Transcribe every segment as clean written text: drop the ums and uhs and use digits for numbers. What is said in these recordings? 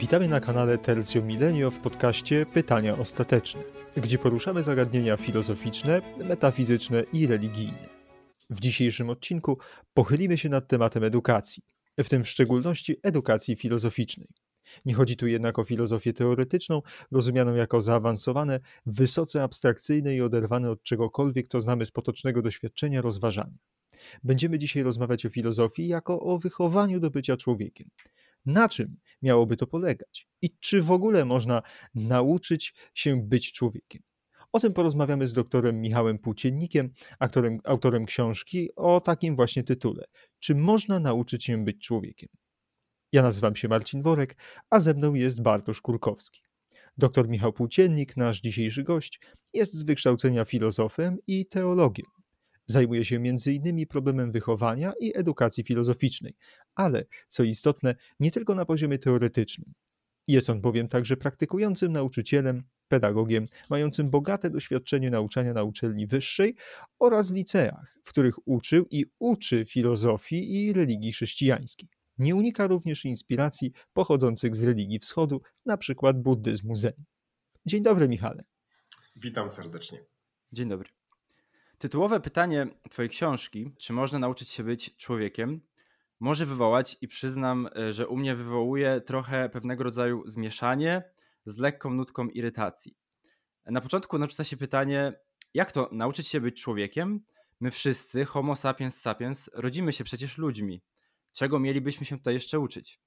Witamy na kanale Tertio Millennio w podcaście Pytania Ostateczne, gdzie poruszamy zagadnienia filozoficzne, metafizyczne i religijne. W dzisiejszym odcinku pochylimy się nad tematem edukacji, w tym w szczególności edukacji filozoficznej. Nie chodzi tu jednak o filozofię teoretyczną, rozumianą jako zaawansowane, wysoce abstrakcyjne i oderwane od czegokolwiek, co znamy z potocznego doświadczenia rozważania. Będziemy dzisiaj rozmawiać o filozofii jako o wychowaniu do bycia człowiekiem. Na czym miałoby to polegać? I czy w ogóle można nauczyć się być człowiekiem? O tym porozmawiamy z doktorem Michałem Płóciennikiem, autorem książki o takim właśnie tytule. Czy można nauczyć się być człowiekiem? Ja nazywam się Marcin Worek, a ze mną jest Bartosz Kurkowski. Doktor Michał Płóciennik, nasz dzisiejszy gość, jest z wykształcenia filozofem i teologiem. Zajmuje się m.in. problemem wychowania i edukacji filozoficznej, ale, co istotne, nie tylko na poziomie teoretycznym. Jest on bowiem także praktykującym nauczycielem, pedagogiem, mającym bogate doświadczenie nauczania na uczelni wyższej oraz w liceach, w których uczył i uczy filozofii i religii chrześcijańskiej. Nie unika również inspiracji pochodzących z religii wschodu, np. buddyzmu Zen. Dzień dobry, Michale. Witam serdecznie. Dzień dobry. Tytułowe pytanie twojej książki, czy można nauczyć się być człowiekiem, może wywołać i przyznam, że u mnie wywołuje trochę pewnego rodzaju zmieszanie z lekką nutką irytacji. Na początku narzuca się pytanie, jak to nauczyć się być człowiekiem? My wszyscy, homo sapiens sapiens, rodzimy się przecież ludźmi. Czego mielibyśmy się tutaj jeszcze uczyć?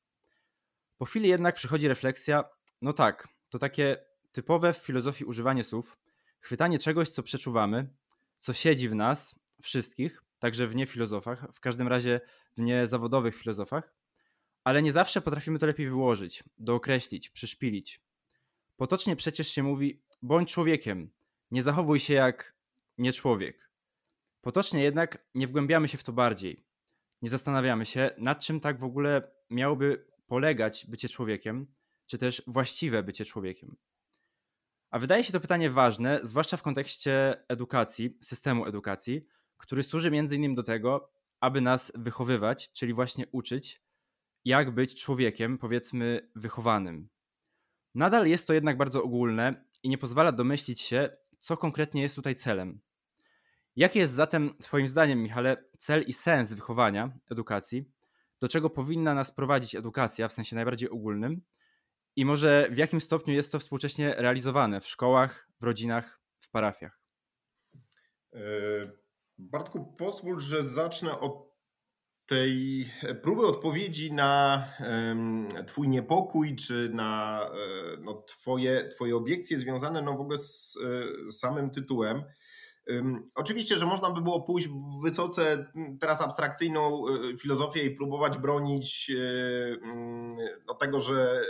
Po chwili jednak przychodzi refleksja, no tak, to takie typowe w filozofii używanie słów, chwytanie czegoś, co przeczuwamy, co siedzi w nas wszystkich, także w niefilozofach, w każdym razie w niezawodowych filozofach, ale nie zawsze potrafimy to lepiej wyłożyć, dookreślić, przyszpilić. Potocznie przecież się mówi, bądź człowiekiem, nie zachowuj się jak nie człowiek. Potocznie jednak nie wgłębiamy się w to bardziej. Nie zastanawiamy się, nad czym tak w ogóle miałoby polegać bycie człowiekiem, czy też właściwe bycie człowiekiem. A wydaje się to pytanie ważne, zwłaszcza w kontekście edukacji, systemu edukacji, który służy między innymi do tego, aby nas wychowywać, czyli właśnie uczyć, jak być człowiekiem, powiedzmy, wychowanym. Nadal jest to jednak bardzo ogólne i nie pozwala domyślić się, co konkretnie jest tutaj celem. Jaki jest zatem, twoim zdaniem, Michale, cel i sens wychowania, edukacji, do czego powinna nas prowadzić edukacja w sensie najbardziej ogólnym i może w jakim stopniu jest to współcześnie realizowane w szkołach, w rodzinach, w parafiach? Bartku, pozwól, że zacznę od tej próby odpowiedzi na twój niepokój, czy na twoje obiekcje związane w ogóle z samym tytułem. Oczywiście, że można by było pójść w wysoce teraz abstrakcyjną filozofię i próbować bronić tego, że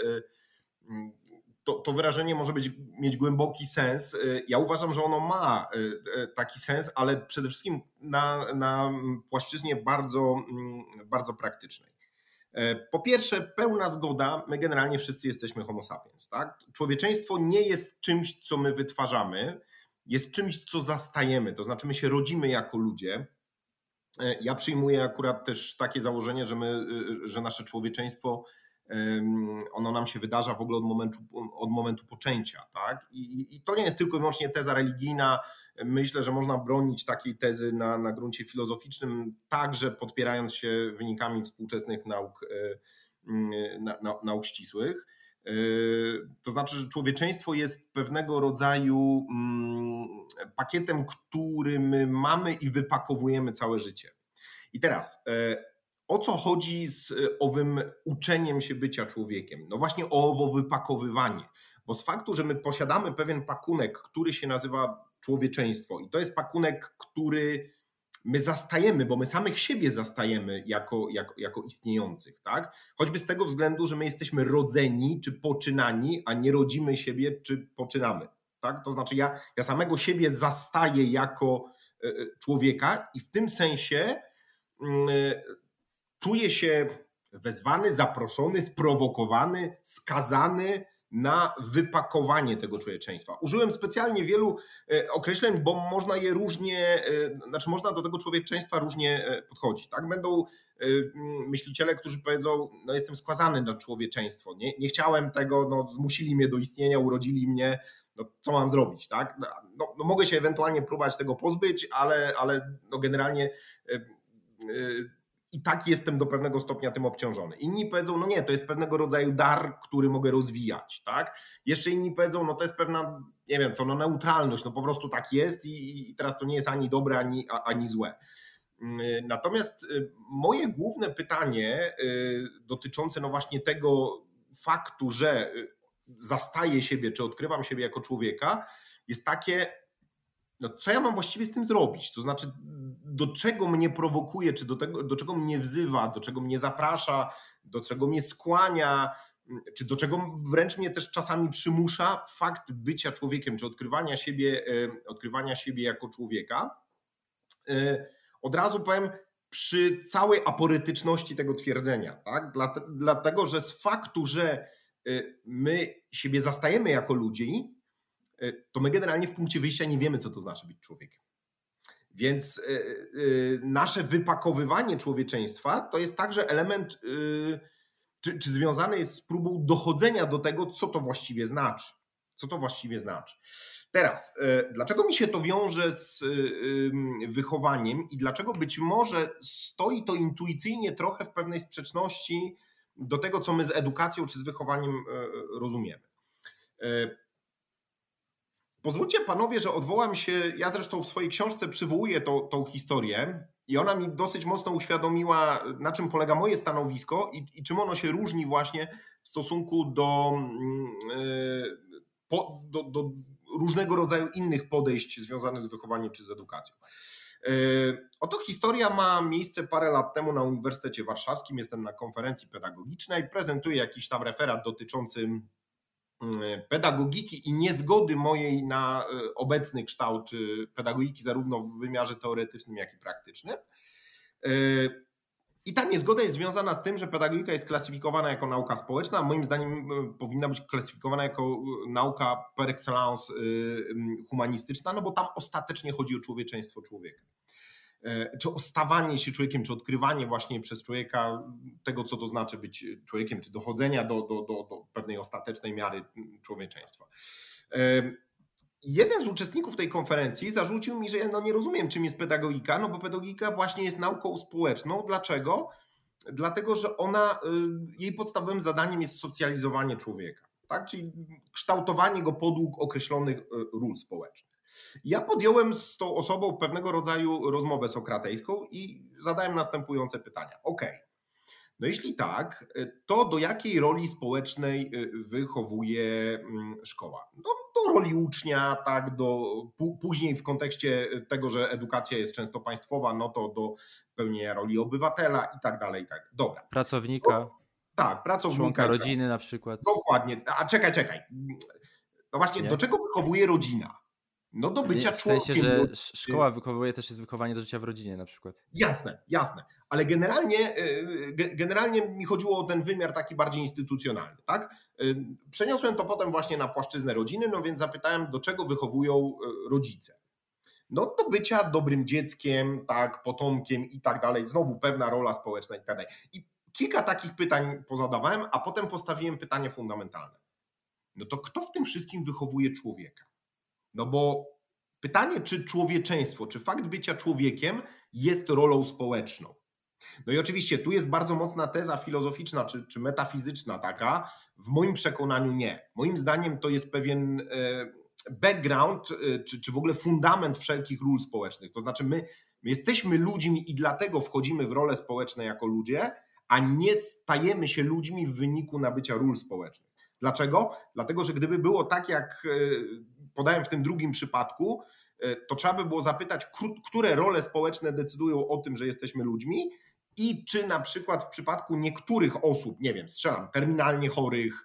to wyrażenie może mieć głęboki sens. Ja uważam, że ono ma taki sens, ale przede wszystkim na płaszczyźnie bardzo, bardzo praktycznej. Po pierwsze, pełna zgoda, my generalnie wszyscy jesteśmy homo sapiens. Tak? Człowieczeństwo nie jest czymś, co my wytwarzamy, jest czymś, co zastajemy, to znaczy my się rodzimy jako ludzie. Ja przyjmuję akurat też takie założenie, że nasze człowieczeństwo, ono nam się wydarza w ogóle od momentu poczęcia. Tak? I to nie jest tylko i wyłącznie teza religijna. Myślę, że można bronić takiej tezy na gruncie filozoficznym, także podpierając się wynikami współczesnych nauk ścisłych. To znaczy, że człowieczeństwo jest pewnego rodzaju pakietem, który my mamy i wypakowujemy całe życie. I teraz, o co chodzi z owym uczeniem się bycia człowiekiem? No właśnie o owo wypakowywanie, bo z faktu, że my posiadamy pewien pakunek, który się nazywa człowieczeństwo i to jest pakunek, który my zastajemy, bo my samych siebie zastajemy jako istniejących, tak? Choćby z tego względu, że my jesteśmy rodzeni czy poczynani, a nie rodzimy siebie czy poczynamy. Tak? To znaczy ja samego siebie zastaję jako człowieka i w tym sensie czuję się wezwany, zaproszony, sprowokowany, skazany na wypakowanie tego człowieczeństwa. Użyłem specjalnie wielu określeń, bo można je różnie, znaczy można do tego człowieczeństwa różnie podchodzić. Tak? Będą myśliciele, którzy powiedzą, no jestem skazany na człowieczeństwo, nie chciałem tego, no zmusili mnie do istnienia, urodzili mnie, no co mam zrobić, tak? No mogę się ewentualnie próbować tego pozbyć, ale no generalnie i tak jestem do pewnego stopnia tym obciążony. Inni powiedzą, no nie, to jest pewnego rodzaju dar, który mogę rozwijać, tak? Jeszcze inni powiedzą, no to jest pewna, nie wiem co, no neutralność, no po prostu tak jest i teraz to nie jest ani dobre, ani złe. Natomiast moje główne pytanie dotyczące no właśnie tego faktu, że zastaję siebie, czy odkrywam siebie jako człowieka, jest takie, no co ja mam właściwie z tym zrobić? To znaczy, do czego mnie prowokuje, czy do czego mnie wzywa, do czego mnie zaprasza, do czego mnie skłania, czy do czego wręcz mnie też czasami przymusza fakt bycia człowiekiem, czy odkrywania siebie jako człowieka. Od razu powiem, przy całej aporetyczności tego twierdzenia, tak? Dlatego, że z faktu, że my siebie zastajemy jako ludzi, to my generalnie w punkcie wyjścia nie wiemy, co to znaczy być człowiekiem. Więc nasze wypakowywanie człowieczeństwa to jest także element, czy związany jest z próbą dochodzenia do tego, co to właściwie znaczy. Co to właściwie znaczy. Teraz, dlaczego mi się to wiąże z wychowaniem i dlaczego być może stoi to intuicyjnie trochę w pewnej sprzeczności do tego, co my z edukacją czy z wychowaniem rozumiemy. Pozwólcie panowie, że odwołam się, ja zresztą w swojej książce przywołuję tą historię i ona mi dosyć mocno uświadomiła, na czym polega moje stanowisko i czym ono się różni właśnie w stosunku do różnego rodzaju innych podejść związanych z wychowaniem czy z edukacją. Oto historia ma miejsce parę lat temu na Uniwersytecie Warszawskim, jestem na konferencji pedagogicznej, prezentuję jakiś tam referat dotyczący pedagogiki i niezgody mojej na obecny kształt pedagogiki, zarówno w wymiarze teoretycznym, jak i praktycznym. I ta niezgoda jest związana z tym, że pedagogika jest klasyfikowana jako nauka społeczna, a moim zdaniem powinna być klasyfikowana jako nauka par excellence humanistyczna, no bo tam ostatecznie chodzi o człowieczeństwo człowieka. Czy o stawanie się człowiekiem, czy odkrywanie właśnie przez człowieka tego, co to znaczy być człowiekiem, czy dochodzenia do pewnej ostatecznej miary człowieczeństwa. Jeden z uczestników tej konferencji zarzucił mi, że ja nie rozumiem, czym jest pedagogika, no bo pedagogika właśnie jest nauką społeczną. Dlaczego? Dlatego, że jej podstawowym zadaniem jest socjalizowanie człowieka, tak? Czyli kształtowanie go podług określonych ról społecznych. Ja podjąłem z tą osobą pewnego rodzaju rozmowę sokratejską i zadałem następujące pytania. No jeśli tak, to do jakiej roli społecznej wychowuje szkoła? Do roli ucznia, tak, później w kontekście tego, że edukacja jest często państwowa, no to do pełnienia roli obywatela i tak dalej. Tak. Dobra. Pracownika. Tak, pracownika. Członka rodziny na przykład. Dokładnie. A czekaj. No właśnie, do czego wychowuje rodzina? No do bycia człowiekiem. W sensie, że szkoła wychowuje też jest wychowanie do życia w rodzinie na przykład. Jasne. Ale generalnie mi chodziło o ten wymiar taki bardziej instytucjonalny, tak? Przeniosłem to potem właśnie na płaszczyznę rodziny, no więc zapytałem, do czego wychowują rodzice. No do bycia dobrym dzieckiem, tak, potomkiem i tak dalej. Znowu pewna rola społeczna i tak dalej. I kilka takich pytań pozadawałem, a potem postawiłem pytanie fundamentalne. No to kto w tym wszystkim wychowuje człowieka? No bo pytanie, czy człowieczeństwo, czy fakt bycia człowiekiem jest rolą społeczną? No i oczywiście tu jest bardzo mocna teza filozoficzna czy metafizyczna taka. W moim przekonaniu nie. Moim zdaniem to jest pewien background, czy w ogóle fundament wszelkich ról społecznych. To znaczy my jesteśmy ludźmi i dlatego wchodzimy w role społeczne jako ludzie, a nie stajemy się ludźmi w wyniku nabycia ról społecznych. Dlaczego? Dlatego, że gdyby było tak, jak podałem w tym drugim przypadku, to trzeba by było zapytać, które role społeczne decydują o tym, że jesteśmy ludźmi i czy na przykład w przypadku niektórych osób, nie wiem, strzelam, terminalnie chorych,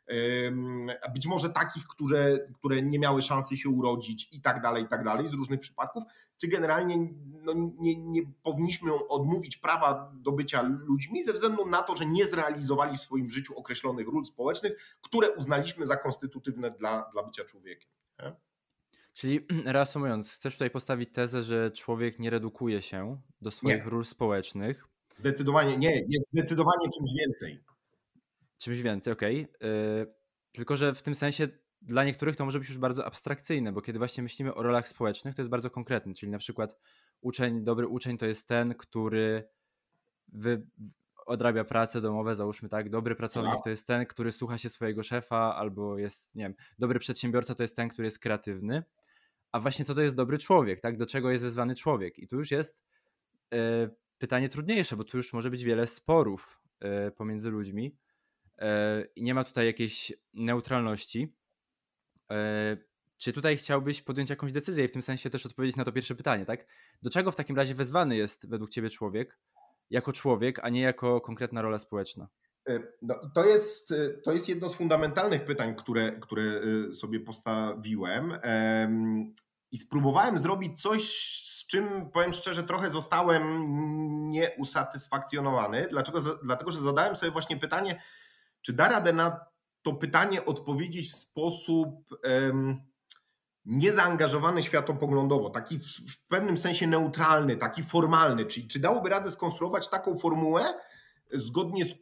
być może takich, które nie miały szansy się urodzić i tak dalej, z różnych przypadków, czy generalnie nie powinniśmy odmówić prawa do bycia ludźmi ze względu na to, że nie zrealizowali w swoim życiu określonych ról społecznych, które uznaliśmy za konstytutywne dla bycia człowiekiem. Nie? Czyli reasumując, chcesz tutaj postawić tezę, że człowiek nie redukuje się do swoich ról społecznych. Zdecydowanie nie, jest zdecydowanie czymś więcej. Czymś więcej, okej. Tylko że w tym sensie dla niektórych to może być już bardzo abstrakcyjne, bo kiedy właśnie myślimy o rolach społecznych, to jest bardzo konkretne, czyli na przykład dobry uczeń to jest ten, który odrabia prace domowe, załóżmy tak, dobry pracownik to jest ten, który słucha się swojego szefa, albo jest, nie wiem, dobry przedsiębiorca to jest ten, który jest kreatywny. A właśnie co to jest dobry człowiek, tak? Do czego jest wezwany człowiek? I tu już jest pytanie trudniejsze, bo tu już może być wiele sporów pomiędzy ludźmi i nie ma tutaj jakiejś neutralności. Czy tutaj chciałbyś podjąć jakąś decyzję i w tym sensie też odpowiedzieć na to pierwsze pytanie, tak? Do czego w takim razie wezwany jest według ciebie człowiek jako człowiek, a nie jako konkretna rola społeczna? No, to jest jedno z fundamentalnych pytań, które sobie postawiłem i spróbowałem zrobić coś, z czym, powiem szczerze, trochę zostałem nieusatysfakcjonowany. Dlatego, że zadałem sobie właśnie pytanie, czy da radę na to pytanie odpowiedzieć w sposób niezaangażowany światopoglądowo, taki w pewnym sensie neutralny, taki formalny, czyli czy dałoby radę skonstruować taką formułę, zgodnie z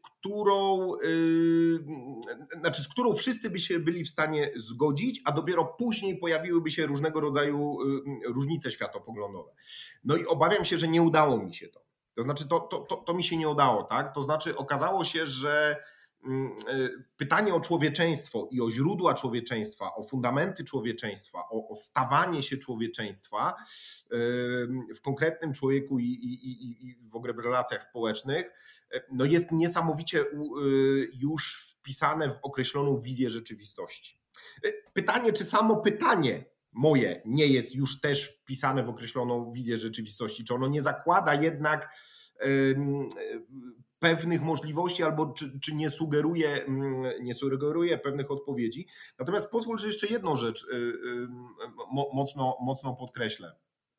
którą wszyscy by się byli w stanie zgodzić, a dopiero później pojawiłyby się różnego rodzaju różnice światopoglądowe. No i obawiam się, że nie udało mi się to. To znaczy to mi się nie udało, tak? To znaczy okazało się, że pytanie o człowieczeństwo i o źródła człowieczeństwa, o fundamenty człowieczeństwa, o stawanie się człowieczeństwa w konkretnym człowieku i w ogóle w relacjach społecznych, no jest niesamowicie już wpisane w określoną wizję rzeczywistości. Pytanie, czy samo pytanie moje nie jest już też wpisane w określoną wizję rzeczywistości, czy ono nie zakłada jednak pewnych możliwości albo czy nie sugeruje pewnych odpowiedzi. Natomiast pozwól, że jeszcze jedną rzecz mocno podkreślę.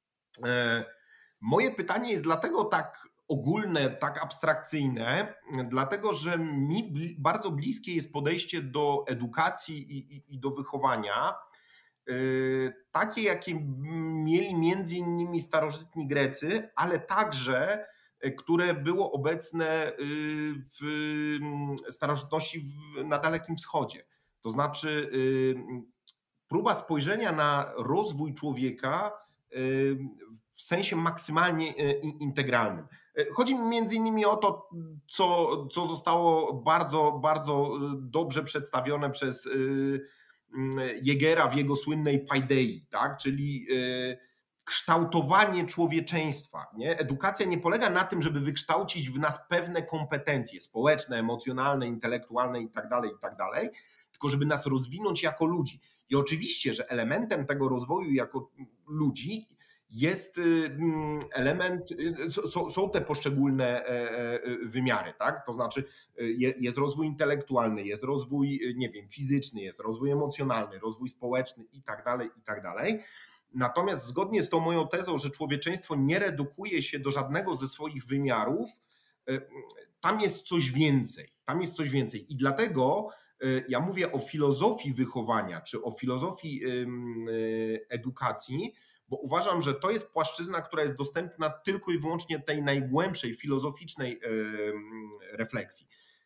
Moje pytanie jest dlatego tak ogólne, tak abstrakcyjne, dlatego że mi bardzo bliskie jest podejście do edukacji i do wychowania, takie jakie mieli między innymi starożytni Grecy, ale także które było obecne w starożytności na Dalekim Wschodzie. To znaczy próba spojrzenia na rozwój człowieka w sensie maksymalnie integralnym. Chodzi mi między innymi o to, co zostało bardzo, bardzo dobrze przedstawione przez Jägera w jego słynnej Paidei, tak? Czyli kształtowanie człowieczeństwa. Nie? Edukacja nie polega na tym, żeby wykształcić w nas pewne kompetencje społeczne, emocjonalne, intelektualne itd., tylko żeby nas rozwinąć jako ludzi. I oczywiście, że elementem tego rozwoju jako ludzi jest element, są te poszczególne wymiary, tak? To znaczy jest rozwój intelektualny, jest rozwój, nie wiem, fizyczny, jest rozwój emocjonalny, rozwój społeczny i tak dalej. Natomiast zgodnie z tą moją tezą, że człowieczeństwo nie redukuje się do żadnego ze swoich wymiarów, tam jest coś więcej. I dlatego ja mówię o filozofii wychowania, czy o filozofii edukacji, bo uważam, że to jest płaszczyzna, która jest dostępna tylko i wyłącznie tej najgłębszej filozoficznej refleksji.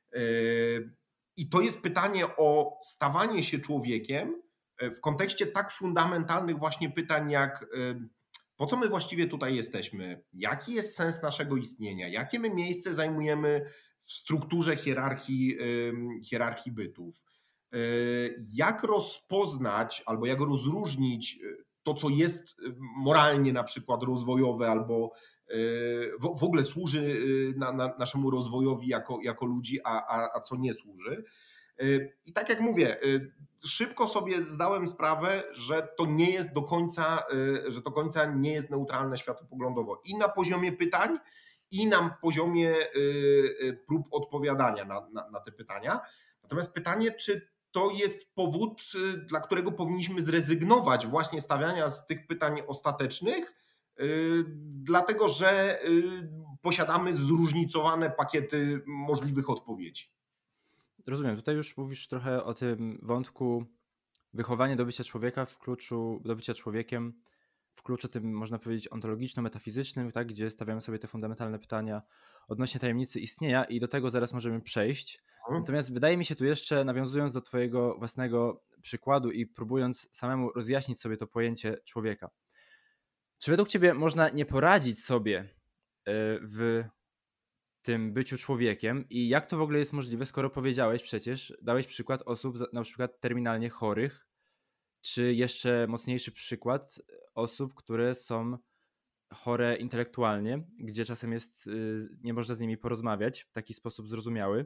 I to jest pytanie o stawanie się człowiekiem w kontekście tak fundamentalnych właśnie pytań jak po co my właściwie tutaj jesteśmy, jaki jest sens naszego istnienia, jakie my miejsce zajmujemy w strukturze hierarchii bytów, jak rozpoznać albo jak rozróżnić to, co jest moralnie na przykład rozwojowe albo w ogóle służy naszemu rozwojowi jako ludzi, a co nie służy. I tak jak mówię, szybko sobie zdałem sprawę, że to nie jest do końca nie jest neutralne światopoglądowo i na poziomie pytań, i na poziomie prób odpowiadania na te pytania. Natomiast pytanie, czy to jest powód, dla którego powinniśmy zrezygnować właśnie stawiania z tych pytań ostatecznych, dlatego że posiadamy zróżnicowane pakiety możliwych odpowiedzi. Rozumiem, tutaj już mówisz trochę o tym wątku wychowanie do bycia człowieka w kluczu, do bycia człowiekiem w kluczu tym, można powiedzieć, ontologiczno-metafizycznym, tak, gdzie stawiamy sobie te fundamentalne pytania odnośnie tajemnicy istnienia i do tego zaraz możemy przejść. Natomiast wydaje mi się tu jeszcze, nawiązując do twojego własnego przykładu i próbując samemu rozjaśnić sobie to pojęcie człowieka, czy według ciebie można nie poradzić sobie w tym byciu człowiekiem i jak to w ogóle jest możliwe, skoro powiedziałeś przecież, dałeś przykład osób na przykład terminalnie chorych, czy jeszcze mocniejszy przykład osób, które są chore intelektualnie, gdzie czasem nie można z nimi porozmawiać w taki sposób zrozumiały.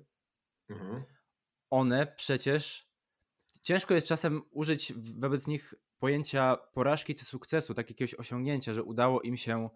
One przecież, ciężko jest czasem użyć wobec nich pojęcia porażki czy sukcesu, tak jakiegoś osiągnięcia, że udało im się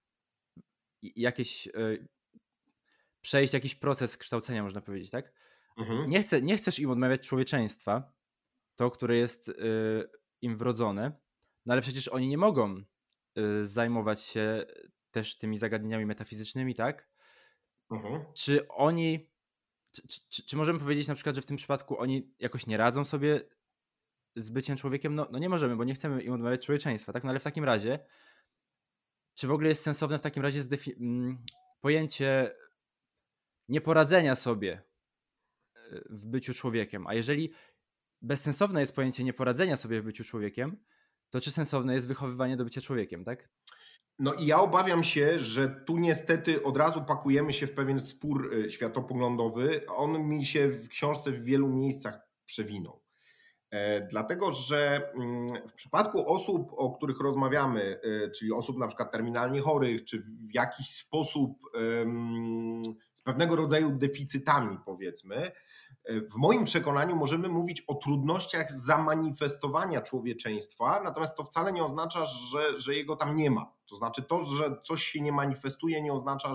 przejść jakiś proces kształcenia, można powiedzieć, tak? Nie chcesz im odmawiać człowieczeństwa, to, które jest im wrodzone, no ale przecież oni nie mogą zajmować się też tymi zagadnieniami metafizycznymi, tak? Czy oni, czy możemy powiedzieć na przykład, że w tym przypadku oni jakoś nie radzą sobie z byciem człowiekiem? No nie możemy, bo nie chcemy im odmawiać człowieczeństwa, tak? No ale w takim razie, czy w ogóle jest sensowne w takim razie pojęcie nieporadzenia sobie w byciu człowiekiem? A jeżeli bezsensowne jest pojęcie nieporadzenia sobie w byciu człowiekiem, to czy sensowne jest wychowywanie do bycia człowiekiem, tak? No i ja obawiam się, że tu niestety od razu pakujemy się w pewien spór światopoglądowy. On mi się w książce w wielu miejscach przewinął. Dlatego, że w przypadku osób, o których rozmawiamy, czyli osób na przykład terminalnie chorych, czy w jakiś sposób z pewnego rodzaju deficytami, powiedzmy, w moim przekonaniu możemy mówić o trudnościach zamanifestowania człowieczeństwa, natomiast to wcale nie oznacza, że jego tam nie ma. To znaczy to, że coś się nie manifestuje, nie oznacza,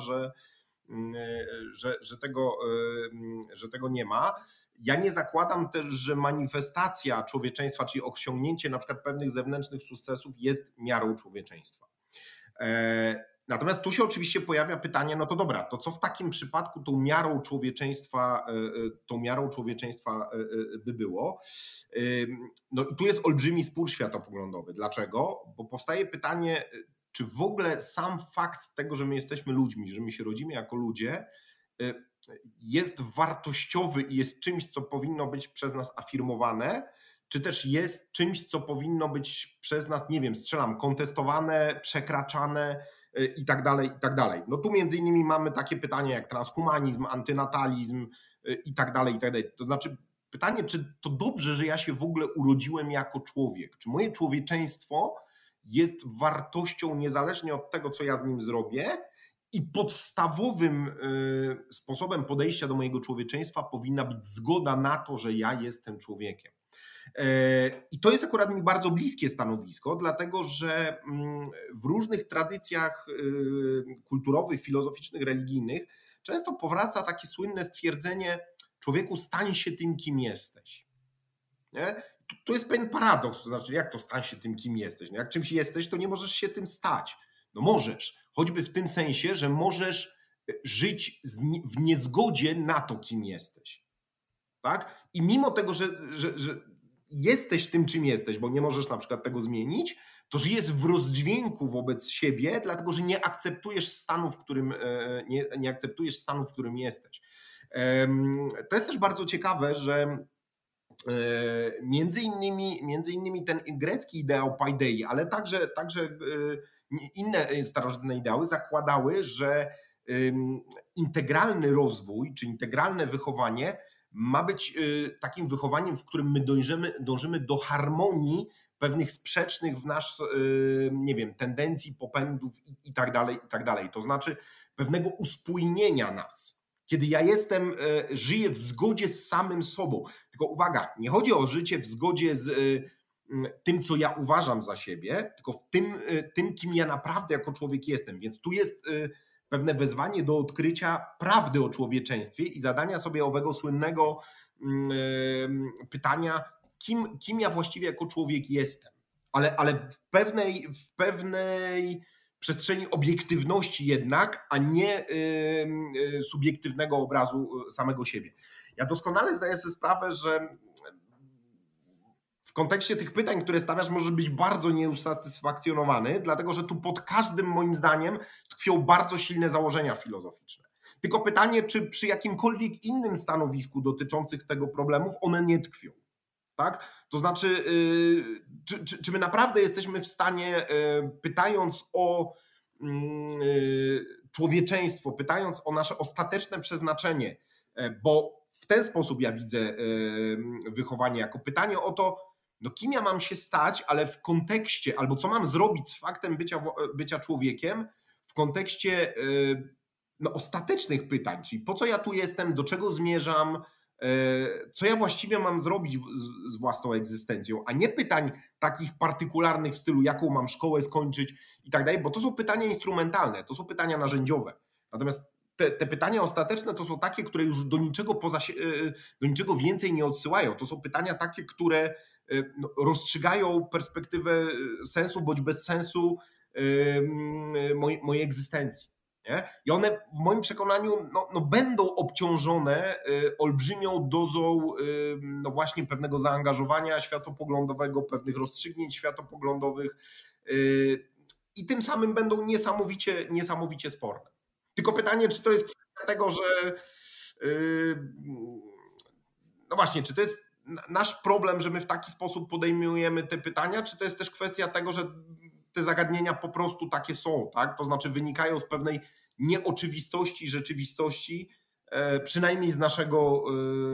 że tego nie ma. Ja nie zakładam też, że manifestacja człowieczeństwa, czyli osiągnięcie na przykład pewnych zewnętrznych sukcesów jest miarą człowieczeństwa. Natomiast tu się oczywiście pojawia pytanie, no to dobra, to co w takim przypadku tą miarą człowieczeństwa by było? No i tu jest olbrzymi spór światopoglądowy. Dlaczego? Bo powstaje pytanie, czy w ogóle sam fakt tego, że my jesteśmy ludźmi, że my się rodzimy jako ludzie, jest wartościowy i jest czymś, co powinno być przez nas afirmowane, czy też jest czymś, co powinno być przez nas, nie wiem, strzelam, kontestowane, przekraczane i tak dalej, i tak dalej. No tu między innymi mamy takie pytania jak transhumanizm, antynatalizm i tak dalej, i tak dalej. To znaczy pytanie, czy to dobrze, że ja się w ogóle urodziłem jako człowiek? Czy moje człowieczeństwo jest wartością niezależnie od tego, co ja z nim zrobię? I podstawowym sposobem podejścia do mojego człowieczeństwa powinna być zgoda na to, że ja jestem człowiekiem. I to jest akurat mi bardzo bliskie stanowisko, dlatego że w różnych tradycjach kulturowych, filozoficznych, religijnych często powraca takie słynne stwierdzenie: człowieku, stań się tym, kim jesteś. Nie? To jest pewien paradoks, to znaczy jak to stań się tym, kim jesteś? No jak czymś jesteś, to nie możesz się tym stać. No możesz, choćby w tym sensie, że możesz żyć w niezgodzie na to, kim jesteś. Tak? I mimo tego, że jesteś tym, czym jesteś, bo nie możesz na przykład tego zmienić, to żyjesz w rozdźwięku wobec siebie, dlatego że nie akceptujesz stanu, w którym jesteś. To jest też bardzo ciekawe, że między innymi ten grecki ideał paidei, ale także inne starożytne ideały zakładały, że integralny rozwój czy integralne wychowanie ma być takim wychowaniem, w którym my dążymy do harmonii pewnych sprzecznych w nas, nie wiem, tendencji, popędów i tak dalej. To znaczy pewnego uspójnienia nas. Kiedy ja żyję w zgodzie z samym sobą. Tylko uwaga, nie chodzi o życie w zgodzie z tym, co ja uważam za siebie, tylko w tym, kim ja naprawdę jako człowiek jestem. Więc tu jest pewne wezwanie do odkrycia prawdy o człowieczeństwie i zadania sobie owego słynnego pytania, kim ja właściwie jako człowiek jestem, ale w pewnej przestrzeni obiektywności jednak, a nie subiektywnego obrazu samego siebie. Ja doskonale zdaję sobie sprawę, że w kontekście tych pytań, które stawiasz, możesz być bardzo nieusatysfakcjonowany, dlatego że tu pod każdym moim zdaniem tkwią bardzo silne założenia filozoficzne. Tylko pytanie, czy przy jakimkolwiek innym stanowisku dotyczących tego problemów one nie tkwią. Tak? To znaczy, czy my naprawdę jesteśmy w stanie, pytając o człowieczeństwo, pytając o nasze ostateczne przeznaczenie, bo w ten sposób ja widzę wychowanie jako pytanie o to, no kim ja mam się stać, ale w kontekście, albo co mam zrobić z faktem bycia człowiekiem w kontekście ostatecznych pytań, czyli po co ja tu jestem, do czego zmierzam, co ja właściwie mam zrobić z własną egzystencją, a nie pytań takich partykularnych w stylu jaką mam szkołę skończyć i tak dalej, bo to są pytania instrumentalne, to są pytania narzędziowe. Natomiast te pytania ostateczne to są takie, które już do niczego więcej nie odsyłają. To są pytania takie, które rozstrzygają perspektywę sensu bądź bezsensu mojej egzystencji. Nie? I one w moim przekonaniu będą obciążone olbrzymią dozą właśnie pewnego zaangażowania światopoglądowego, pewnych rozstrzygnięć światopoglądowych i tym samym będą niesamowicie sporne. Tylko pytanie, czy to jest kwestia tego, że no właśnie, czy to jest nasz problem, że my w taki sposób podejmujemy te pytania, czy to jest też kwestia tego, że te zagadnienia po prostu takie są, tak? To znaczy wynikają z pewnej nieoczywistości rzeczywistości, przynajmniej z naszego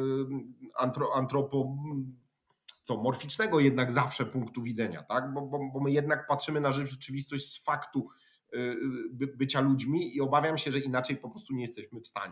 morficznego jednak zawsze punktu widzenia, tak? Bo my jednak patrzymy na rzeczywistość z faktu bycia ludźmi i obawiam się, że inaczej po prostu nie jesteśmy w stanie.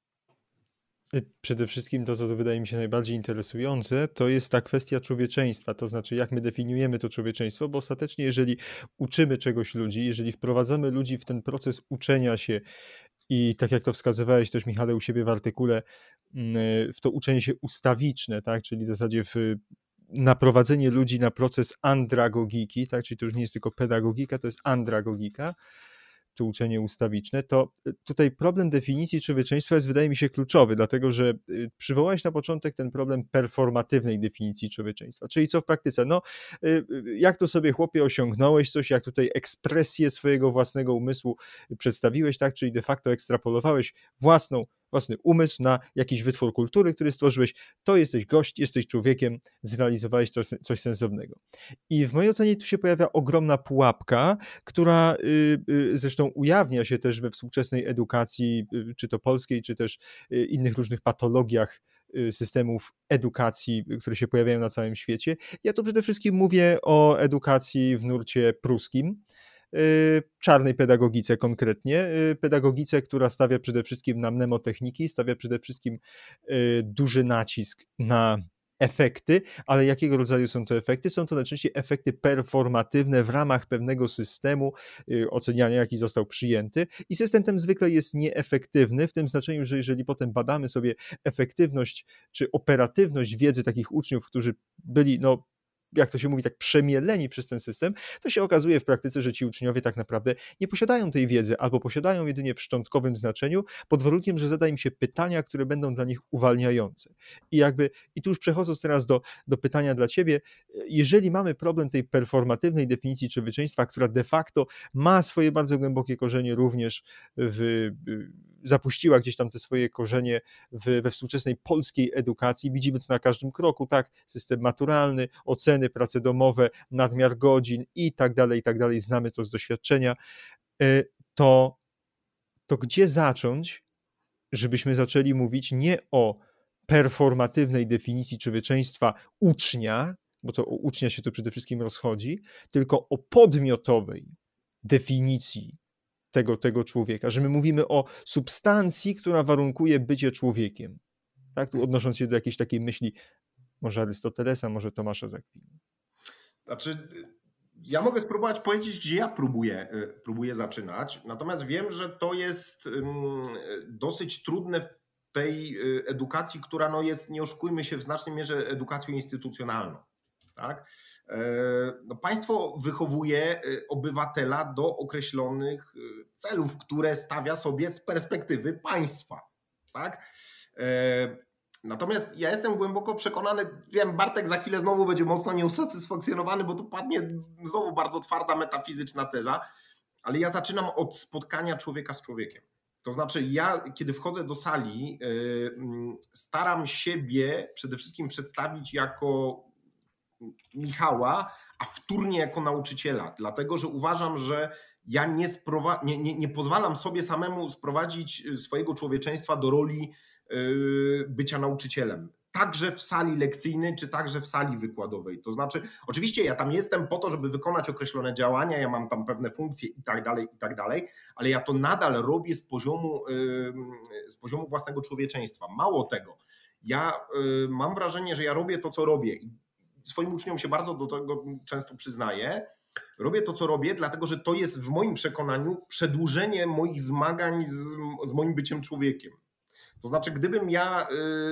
Przede wszystkim to, co wydaje mi się najbardziej interesujące, to jest ta kwestia człowieczeństwa, to znaczy jak my definiujemy to człowieczeństwo, bo ostatecznie jeżeli uczymy czegoś ludzi, jeżeli wprowadzamy ludzi w ten proces uczenia się i tak jak to wskazywałeś też Michale u siebie w artykule, w to uczenie się ustawiczne, tak, czyli w zasadzie naprowadzenie ludzi na proces andragogiki, tak, czyli to już nie jest tylko pedagogika, to jest andragogika, to uczenie ustawiczne, to tutaj problem definicji człowieczeństwa jest, wydaje mi się, kluczowy, dlatego że przywołałeś na początek ten problem performatywnej definicji człowieczeństwa, czyli co w praktyce, jak to sobie chłopie osiągnąłeś coś, jak tutaj ekspresję swojego własnego umysłu przedstawiłeś, tak, czyli de facto ekstrapolowałeś własny umysł na jakiś wytwór kultury, który stworzyłeś, to jesteś gość, jesteś człowiekiem, zrealizowałeś coś sensownego. I w mojej ocenie tu się pojawia ogromna pułapka, która zresztą ujawnia się też we współczesnej edukacji, czy to polskiej, czy też innych różnych patologiach systemów edukacji, które się pojawiają na całym świecie. Ja tu przede wszystkim mówię o edukacji w nurcie pruskim, czarnej pedagogice konkretnie, pedagogice, która stawia przede wszystkim na mnemotechniki, stawia przede wszystkim duży nacisk na efekty, ale jakiego rodzaju są to efekty? Są to najczęściej efekty performatywne w ramach pewnego systemu oceniania, jaki został przyjęty i system ten zwykle jest nieefektywny w tym znaczeniu, że jeżeli potem badamy sobie efektywność czy operatywność wiedzy takich uczniów, którzy byli, jak to się mówi, tak przemieleni przez ten system, to się okazuje w praktyce, że ci uczniowie tak naprawdę nie posiadają tej wiedzy albo posiadają jedynie w szczątkowym znaczeniu, pod warunkiem, że zada im się pytania, które będą dla nich uwalniające. I tu już przechodząc teraz do pytania dla ciebie, jeżeli mamy problem tej performatywnej definicji człowieczeństwa, która de facto ma swoje bardzo głębokie korzenie również zapuściła gdzieś tam te swoje korzenie we współczesnej polskiej edukacji. Widzimy to na każdym kroku, tak? System maturalny, oceny, prace domowe, nadmiar godzin i tak dalej, znamy to z doświadczenia. To gdzie zacząć, żebyśmy zaczęli mówić nie o performatywnej definicji człowieczeństwa ucznia, bo to o ucznia się to przede wszystkim rozchodzi, tylko o podmiotowej definicji tego człowieka, że my mówimy o substancji, która warunkuje bycie człowiekiem. Tak? Tu odnosząc się do jakiejś takiej myśli może Arystotelesa, może Tomasza z Akwinu. Znaczy, Ja mogę spróbować powiedzieć, gdzie ja próbuję zaczynać, natomiast wiem, że to jest dosyć trudne w tej edukacji, która no jest, nie oszukujmy się, w znacznej mierze edukacją instytucjonalną. Tak? No państwo wychowuje obywatela do określonych celów, które stawia sobie z perspektywy państwa. Tak? Natomiast ja jestem głęboko przekonany, wiem, Bartek za chwilę znowu będzie mocno nieusatysfakcjonowany, bo tu padnie znowu bardzo twarda metafizyczna teza, ale ja zaczynam od spotkania człowieka z człowiekiem. To znaczy ja, kiedy wchodzę do sali, staram siebie przede wszystkim przedstawić jako Michała, a wtórnie jako nauczyciela, dlatego że uważam, że ja nie pozwalam sobie samemu sprowadzić swojego człowieczeństwa do roli bycia nauczycielem. Także w sali lekcyjnej, czy także w sali wykładowej. To znaczy, oczywiście ja tam jestem po to, żeby wykonać określone działania, ja mam tam pewne funkcje i tak dalej, ale ja to nadal robię z poziomu własnego człowieczeństwa. Mało tego, ja mam wrażenie, że ja robię to, co robię i swoim uczniom się bardzo do tego często przyznaję. Robię to, co robię, dlatego że to jest w moim przekonaniu przedłużenie moich zmagań z moim byciem człowiekiem. To znaczy, gdybym ja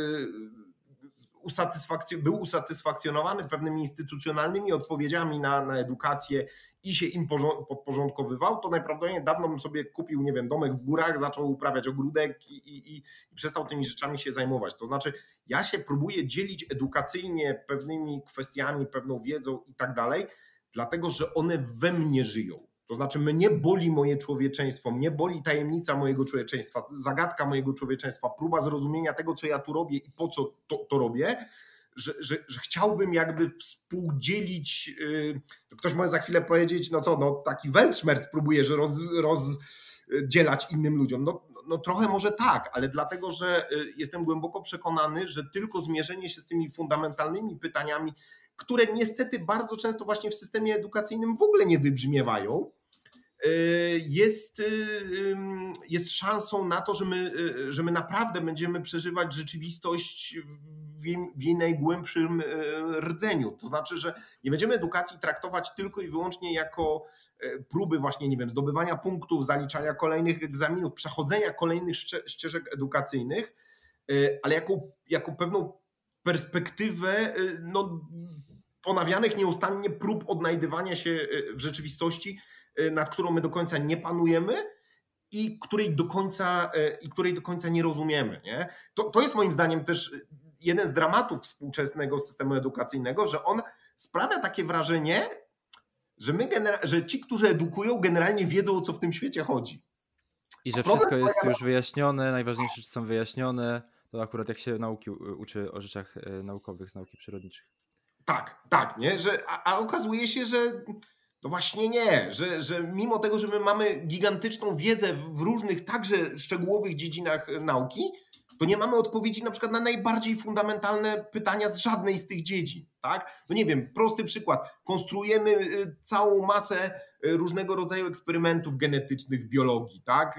był usatysfakcjonowany pewnymi instytucjonalnymi odpowiedziami na edukację i się im podporządkowywał, to najprawdopodobniej dawno bym sobie kupił, nie wiem, domek w górach, zaczął uprawiać ogródek i przestał tymi rzeczami się zajmować. To znaczy, ja się próbuję dzielić edukacyjnie pewnymi kwestiami, pewną wiedzą i tak dalej, dlatego że one we mnie żyją. To znaczy, mnie boli moje człowieczeństwo, mnie boli tajemnica mojego człowieczeństwa, zagadka mojego człowieczeństwa, próba zrozumienia tego, co ja tu robię i po co to robię, że chciałbym jakby współdzielić, ktoś może za chwilę powiedzieć, taki Weltschmerz próbuje, że rozdzielać innym ludziom. No trochę może tak, ale dlatego, że jestem głęboko przekonany, że tylko zmierzenie się z tymi fundamentalnymi pytaniami, które niestety bardzo często właśnie w systemie edukacyjnym w ogóle nie wybrzmiewają, jest szansą na to, że my naprawdę będziemy przeżywać rzeczywistość w jej najgłębszym rdzeniu. To znaczy, że nie będziemy edukacji traktować tylko i wyłącznie jako próby właśnie, nie wiem, zdobywania punktów, zaliczania kolejnych egzaminów, przechodzenia kolejnych ścieżek edukacyjnych, ale jako pewną perspektywę ponawianych nieustannie prób odnajdywania się w rzeczywistości, nad którą my do końca nie panujemy i której do końca nie rozumiemy. Nie? To jest moim zdaniem też jeden z dramatów współczesnego systemu edukacyjnego, że on sprawia takie wrażenie, że ci, którzy edukują, generalnie wiedzą, o co w tym świecie chodzi. I że wszystko jest już wyjaśnione, najważniejsze rzeczy są wyjaśnione, to akurat jak się nauki uczy o rzeczach naukowych z nauki przyrodniczych. Tak, nie? A okazuje się, że no właśnie nie, że mimo tego, że my mamy gigantyczną wiedzę w różnych także szczegółowych dziedzinach nauki, to nie mamy odpowiedzi na przykład na najbardziej fundamentalne pytania z żadnej z tych dziedzin. Tak? No nie wiem, prosty przykład. Konstruujemy całą masę różnego rodzaju eksperymentów genetycznych w biologii, tak?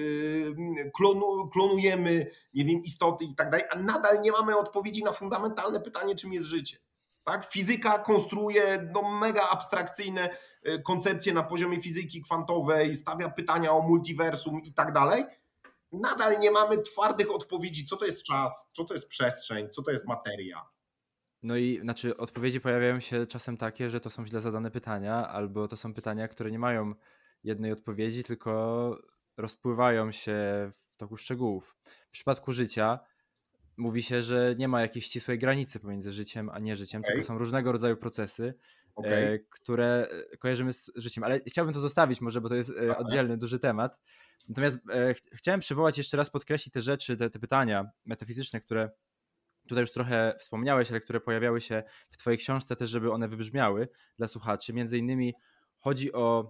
Klonujemy, nie wiem, istoty i tak dalej, a nadal nie mamy odpowiedzi na fundamentalne pytanie, czym jest życie. Tak? Fizyka konstruuje mega abstrakcyjne koncepcje na poziomie fizyki kwantowej, stawia pytania o multiversum i tak dalej. Nadal nie mamy twardych odpowiedzi, co to jest czas, co to jest przestrzeń, co to jest materia. No i znaczy odpowiedzi pojawiają się czasem takie, że to są źle zadane pytania, albo to są pytania, które nie mają jednej odpowiedzi, tylko rozpływają się w toku szczegółów. W przypadku życia mówi się, że nie ma jakiejś ścisłej granicy pomiędzy życiem a nieżyciem, tylko są różnego rodzaju procesy, które kojarzymy z życiem. Ale chciałbym to zostawić może, bo to jest oddzielny, duży temat. Natomiast chciałem przywołać jeszcze raz, podkreślić te rzeczy, te pytania metafizyczne, które tutaj już trochę wspomniałeś, ale które pojawiały się w twojej książce też, żeby one wybrzmiały dla słuchaczy. Między innymi chodzi o...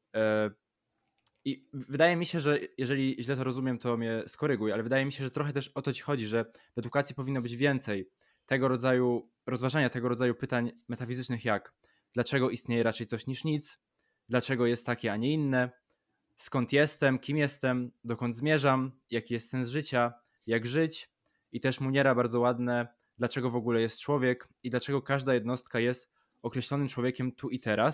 I wydaje mi się, że jeżeli źle to rozumiem, to mnie skoryguj, ale wydaje mi się, że trochę też o to ci chodzi, że w edukacji powinno być więcej tego rodzaju rozważania, tego rodzaju pytań metafizycznych jak dlaczego istnieje raczej coś niż nic, dlaczego jest takie, a nie inne, skąd jestem, kim jestem, dokąd zmierzam, jaki jest sens życia, jak żyć i też Muniera bardzo ładne, dlaczego w ogóle jest człowiek i dlaczego każda jednostka jest określonym człowiekiem tu i teraz.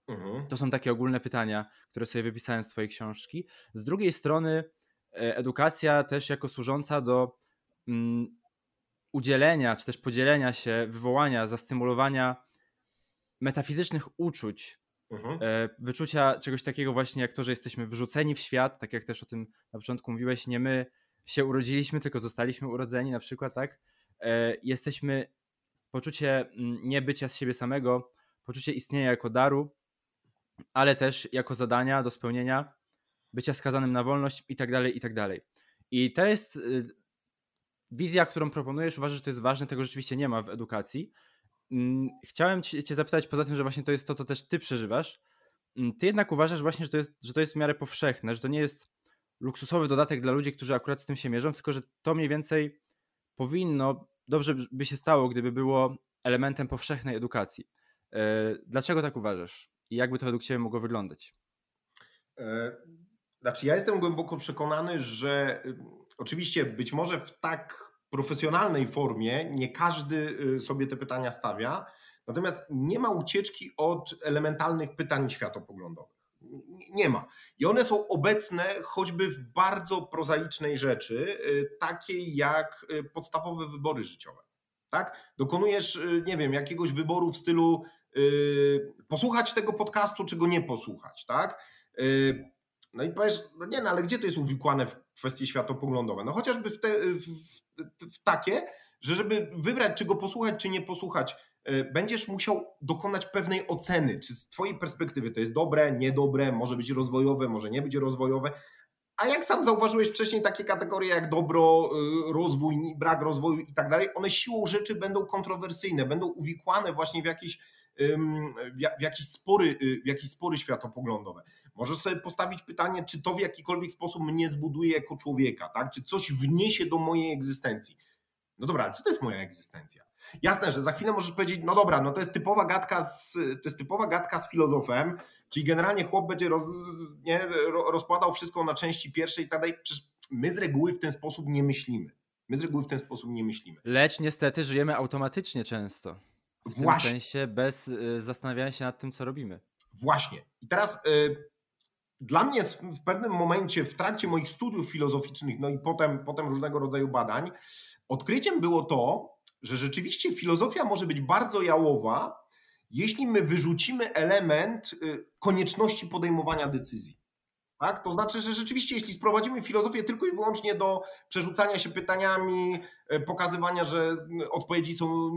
To są takie ogólne pytania, które sobie wypisałem z twojej książki. Z drugiej strony edukacja też jako służąca do udzielenia, czy też podzielenia się, wywołania, zastymulowania metafizycznych uczuć, wyczucia czegoś takiego właśnie jak to, że jesteśmy wrzuceni w świat, tak jak też o tym na początku mówiłeś, nie my się urodziliśmy, tylko zostaliśmy urodzeni na przykład, tak? Jesteśmy, poczucie niebycia z siebie samego, poczucie istnienia jako daru, ale też jako zadania do spełnienia, bycia skazanym na wolność i tak dalej, i tak dalej. I to jest wizja, którą proponujesz, uważasz, że to jest ważne, tego rzeczywiście nie ma w edukacji. Chciałem cię zapytać, poza tym, że właśnie to jest to, co też ty przeżywasz, ty jednak uważasz właśnie, że to jest w miarę powszechne, że to nie jest luksusowy dodatek dla ludzi, którzy akurat z tym się mierzą, tylko że to mniej więcej powinno, dobrze by się stało, gdyby było elementem powszechnej edukacji. Dlaczego tak uważasz? I jakby to według ciebie mogło wyglądać? Znaczy, ja jestem głęboko przekonany, że oczywiście być może w tak profesjonalnej formie nie każdy sobie te pytania stawia, natomiast nie ma ucieczki od elementalnych pytań światopoglądowych. Nie ma. I one są obecne choćby w bardzo prozaicznej rzeczy, takiej jak podstawowe wybory życiowe. Tak? Dokonujesz, nie wiem, jakiegoś wyboru w stylu posłuchać tego podcastu, czy go nie posłuchać, tak? No i powiesz, no nie, no ale gdzie to jest uwikłane w kwestie światopoglądowe? No chociażby w takie, że żeby wybrać, czy go posłuchać, czy nie posłuchać, będziesz musiał dokonać pewnej oceny, czy z twojej perspektywy to jest dobre, niedobre, może być rozwojowe, może nie być rozwojowe. A jak sam zauważyłeś wcześniej, takie kategorie jak dobro, rozwój, brak rozwoju i tak dalej, one siłą rzeczy będą kontrowersyjne, będą uwikłane właśnie w jakieś spory światopoglądowe. Możesz sobie postawić pytanie, czy to w jakikolwiek sposób mnie zbuduje jako człowieka, tak? Czy coś wniesie do mojej egzystencji. No dobra, ale co to jest moja egzystencja? Jasne, że za chwilę możesz powiedzieć, no dobra, no to jest typowa gadka z filozofem, czyli generalnie chłop będzie rozkładał wszystko na części pierwsze i tak dalej. Przecież my z reguły w ten sposób nie myślimy. Lecz niestety żyjemy automatycznie często. W tym sensie bez zastanawiania się nad tym, co robimy. Właśnie. I teraz dla mnie w pewnym momencie w trakcie moich studiów filozoficznych, no i potem różnego rodzaju badań, odkryciem było to, że rzeczywiście filozofia może być bardzo jałowa, jeśli my wyrzucimy element konieczności podejmowania decyzji. Tak? To znaczy, że rzeczywiście jeśli sprowadzimy filozofię tylko i wyłącznie do przerzucania się pytaniami, pokazywania, że odpowiedzi są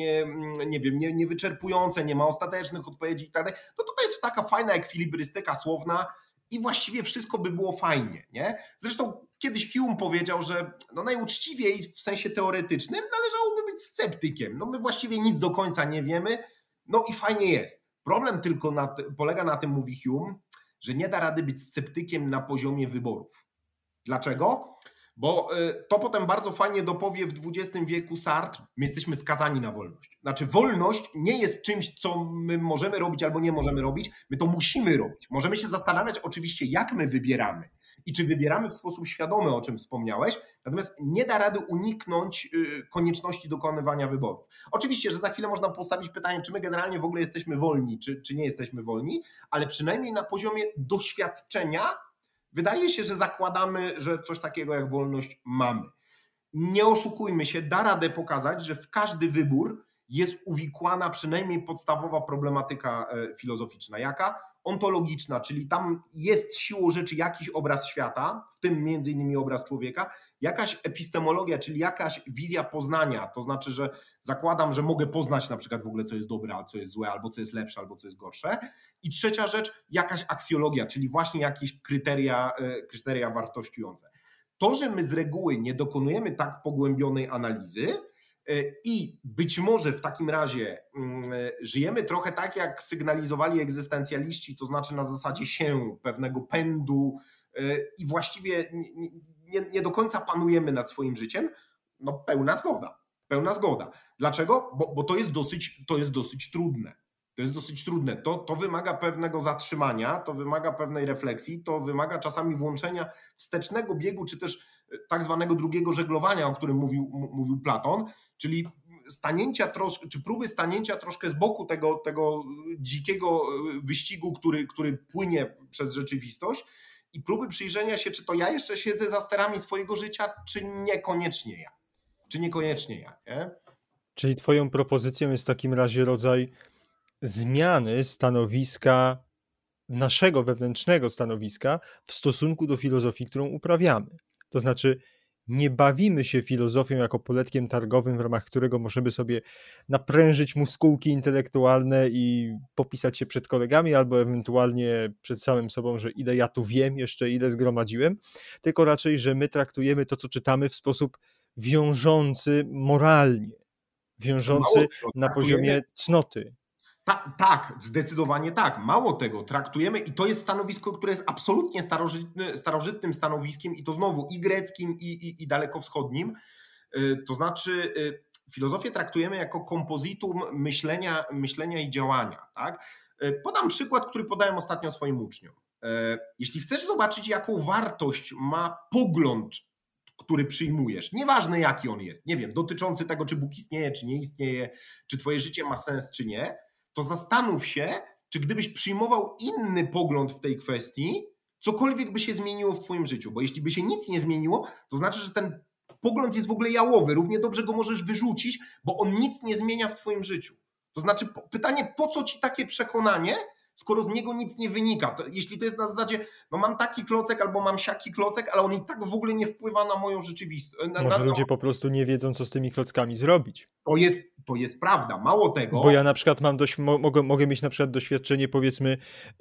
niewyczerpujące, nie ma ostatecznych odpowiedzi i tak dalej, to jest taka fajna ekwilibrystyka słowna i właściwie wszystko by było fajnie. Nie? Zresztą kiedyś Hume powiedział, że no najuczciwiej w sensie teoretycznym należałoby być sceptykiem. No my właściwie nic do końca nie wiemy, no i fajnie jest. Problem tylko polega na tym, mówi Hume, że nie da rady być sceptykiem na poziomie wyborów. Dlaczego? Bo to potem bardzo fajnie dopowie w XX wieku Sartre, my jesteśmy skazani na wolność. Znaczy wolność nie jest czymś, co my możemy robić albo nie możemy robić, my to musimy robić. Możemy się zastanawiać oczywiście, jak my wybieramy i czy wybieramy w sposób świadomy, o czym wspomniałeś, natomiast nie da rady uniknąć konieczności dokonywania wyborów. Oczywiście, że za chwilę można postawić pytanie, czy my generalnie w ogóle jesteśmy wolni, czy nie jesteśmy wolni, ale przynajmniej na poziomie doświadczenia wydaje się, że zakładamy, że coś takiego jak wolność mamy. Nie oszukujmy się, da radę pokazać, że w każdy wybór jest uwikłana przynajmniej podstawowa problematyka filozoficzna. Jaka? Ontologiczna, czyli tam jest siłą rzeczy jakiś obraz świata, w tym między innymi obraz człowieka, jakaś epistemologia, czyli jakaś wizja poznania, to znaczy, że zakładam, że mogę poznać na przykład w ogóle, co jest dobre, a co jest złe, albo co jest lepsze, albo co jest gorsze. I trzecia rzecz, jakaś aksjologia, czyli właśnie jakieś kryteria wartościujące. To, że my z reguły nie dokonujemy tak pogłębionej analizy, i być może w takim razie żyjemy trochę tak, jak sygnalizowali egzystencjaliści, to znaczy na zasadzie pewnego pędu i właściwie nie do końca panujemy nad swoim życiem, no pełna zgoda. Dlaczego? Bo to jest dosyć trudne. To jest dosyć trudne. To wymaga pewnego zatrzymania, to wymaga pewnej refleksji, to wymaga czasami włączenia wstecznego biegu, czy też tak zwanego drugiego żeglowania, o którym mówił Platon, czyli stanięcia troszkę, czy próby stanięcia troszkę z boku tego dzikiego wyścigu, który płynie przez rzeczywistość i próby przyjrzenia się, czy to ja jeszcze siedzę za sterami swojego życia, czy niekoniecznie ja. Nie? Czyli twoją propozycją jest w takim razie rodzaj zmiany stanowiska, naszego wewnętrznego stanowiska w stosunku do filozofii, którą uprawiamy. To znaczy, nie bawimy się filozofią jako poletkiem targowym, w ramach którego możemy sobie naprężyć muskułki intelektualne i popisać się przed kolegami, albo ewentualnie przed samym sobą, że ile ja tu wiem, jeszcze ile zgromadziłem, tylko raczej, że my traktujemy to, co czytamy, w sposób wiążący moralnie, wiążący na poziomie cnoty. Tak, zdecydowanie tak. Mało tego, traktujemy i to jest stanowisko, które jest absolutnie starożytnym stanowiskiem i to znowu i greckim, i dalekowschodnim. To znaczy filozofię traktujemy jako kompozytum myślenia i działania. Tak? Podam przykład, który podałem ostatnio swoim uczniom. Jeśli chcesz zobaczyć, jaką wartość ma pogląd, który przyjmujesz, nieważne jaki on jest, nie wiem, dotyczący tego, czy Bóg istnieje, czy nie istnieje, czy twoje życie ma sens, czy nie, to zastanów się, czy gdybyś przyjmował inny pogląd w tej kwestii, cokolwiek by się zmieniło w twoim życiu. Bo jeśli by się nic nie zmieniło, to znaczy, że ten pogląd jest w ogóle jałowy. Równie dobrze go możesz wyrzucić, bo on nic nie zmienia w twoim życiu. To znaczy pytanie, po co ci takie przekonanie, skoro z niego nic nie wynika. Jeśli to jest na zasadzie, no mam taki klocek albo mam siaki klocek, ale on i tak w ogóle nie wpływa na moją rzeczywistość. Może ludzie po prostu nie wiedzą, co z tymi klockami zrobić. To jest prawda. Mało tego. Bo ja na przykład mam mogę mieć na przykład doświadczenie, powiedzmy,